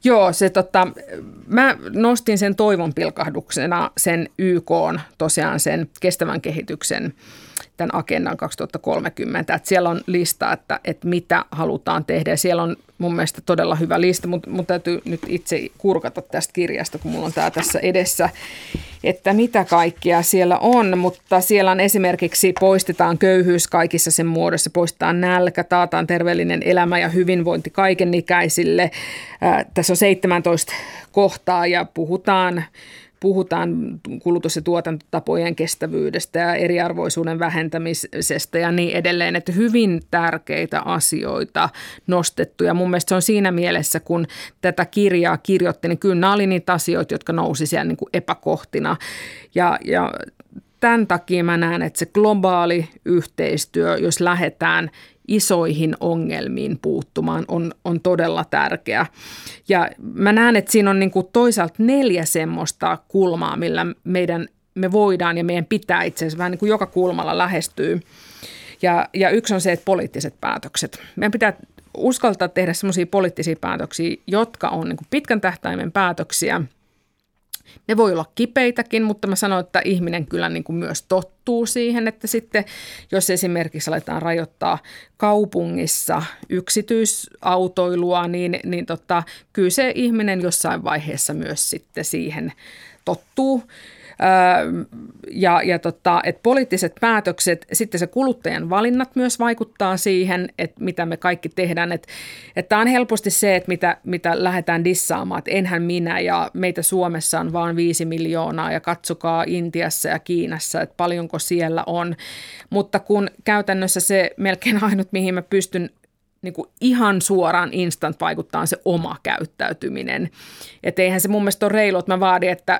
Joo, mä nostin sen toivon pilkahduksena sen YK:n tosiaan sen kestävän kehityksen tämän agendan 2030, että siellä on lista, että mitä halutaan tehdä ja siellä on mun mielestä todella hyvä lista, mutta mun täytyy nyt itse kurkata tästä kirjasta, kun mulla on tämä tässä edessä, että mitä kaikkea siellä on, mutta siellä on esimerkiksi poistetaan köyhyys kaikissa sen muodossa, poistetaan nälkä, taataan terveellinen elämä ja hyvinvointi kaikenikäisille. Tässä on 17 kohtaa ja puhutaan kulutus- ja tuotantotapojen kestävyydestä ja eriarvoisuuden vähentämisestä ja niin edelleen. Että hyvin tärkeitä asioita nostettu ja mun mielestä se on siinä mielessä, kun tätä kirjaa kirjoitti, niin kyllä nämä oli niitä asioita, jotka nousi siellä niin kuin epäkohtina ja tämän takia mä näen, että se globaali yhteistyö, jos lähdetään isoihin ongelmiin puuttumaan, on todella tärkeä. Ja mä näen, että siinä on niin kuin toisaalta 4 semmoista kulmaa, millä me voidaan ja meidän pitää itse asiassa vähän niin kuin joka kulmalla lähestyy. Ja yksi on se, että poliittiset päätökset. Meidän pitää uskaltaa tehdä semmoisia poliittisia päätöksiä, jotka on niin kuin pitkän tähtäimen päätöksiä. Ne voi olla kipeitäkin, mutta mä sanon, että ihminen kyllä niin kuin myös tottuu siihen, että sitten jos esimerkiksi aletaan rajoittaa kaupungissa yksityisautoilua, niin kyllä se ihminen jossain vaiheessa myös sitten siihen tottuu. Että poliittiset päätökset, sitten se kuluttajan valinnat myös vaikuttaa siihen, että mitä me kaikki tehdään. Että on helposti se, että mitä lähdetään dissaamaan, että enhän minä ja meitä Suomessa on vain 5 miljoonaa ja katsokaa Intiassa ja Kiinassa, että paljonko siellä on. Mutta kun käytännössä se melkein ainut, mihin mä pystyn niin kuin ihan suoraan instant vaikuttaa se oma käyttäytyminen. Että eihän se mun mielestä ole reilu, että mä vaadin, että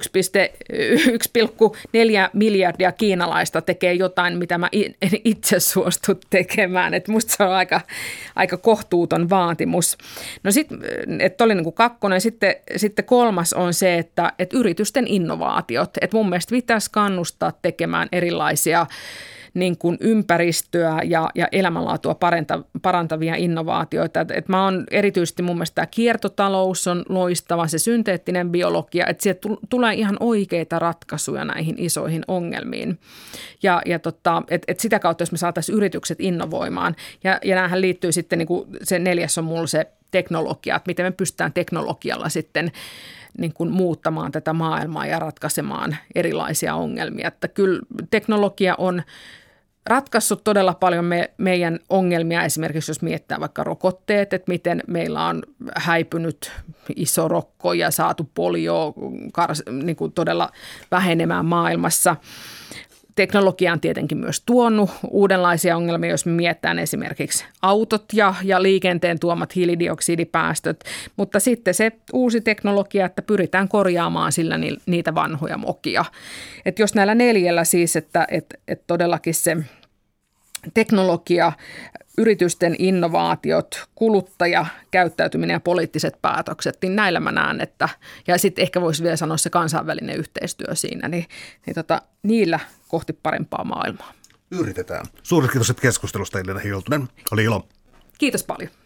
1,4 miljardia kiinalaista tekee jotain, mitä mä en itse suostu tekemään. Että musta se on aika kohtuuton vaatimus. No sitten, että oli niin kuin 2. Sitten 3. on se, että yritysten innovaatiot. Että mun mielestä pitäisi kannustaa tekemään erilaisia niin kuin ympäristöä ja elämänlaatua parantavia innovaatioita. Et mä oon erityisesti mun mielestä tämä kiertotalous on loistava, se synteettinen biologia, että sieltä tulee ihan oikeita ratkaisuja näihin isoihin ongelmiin. Et sitä kautta, jos me saataisiin yritykset innovoimaan, ja näähän liittyy sitten, niin kuin se 4. on mulla se teknologia, että miten me pystytään teknologialla sitten niin kuin muuttamaan tätä maailmaa ja ratkaisemaan erilaisia ongelmia. Että kyllä teknologia on ratkaissut todella paljon meidän ongelmia, esimerkiksi jos miettää vaikka rokotteet, että miten meillä on häipynyt iso rokko ja saatu polio niin kuin todella vähenemään maailmassa. Teknologia on tietenkin myös tuonut uudenlaisia ongelmia, jos me mietitään esimerkiksi autot ja liikenteen tuomat hiilidioksidipäästöt, mutta sitten se uusi teknologia, että pyritään korjaamaan sillä niitä vanhoja mokia. Että jos näillä 4 siis, että todellakin se teknologia, yritysten innovaatiot, kuluttaja, käyttäytyminen ja poliittiset päätökset, niin näillä mä näen, ja sitten ehkä voisi vielä sanoa se kansainvälinen yhteistyö siinä, niin niillä kohti parempaa maailmaa. Yritetään. Suuret kiitos keskustelusta, Elina Hiltunen. Oli ilo. Kiitos paljon.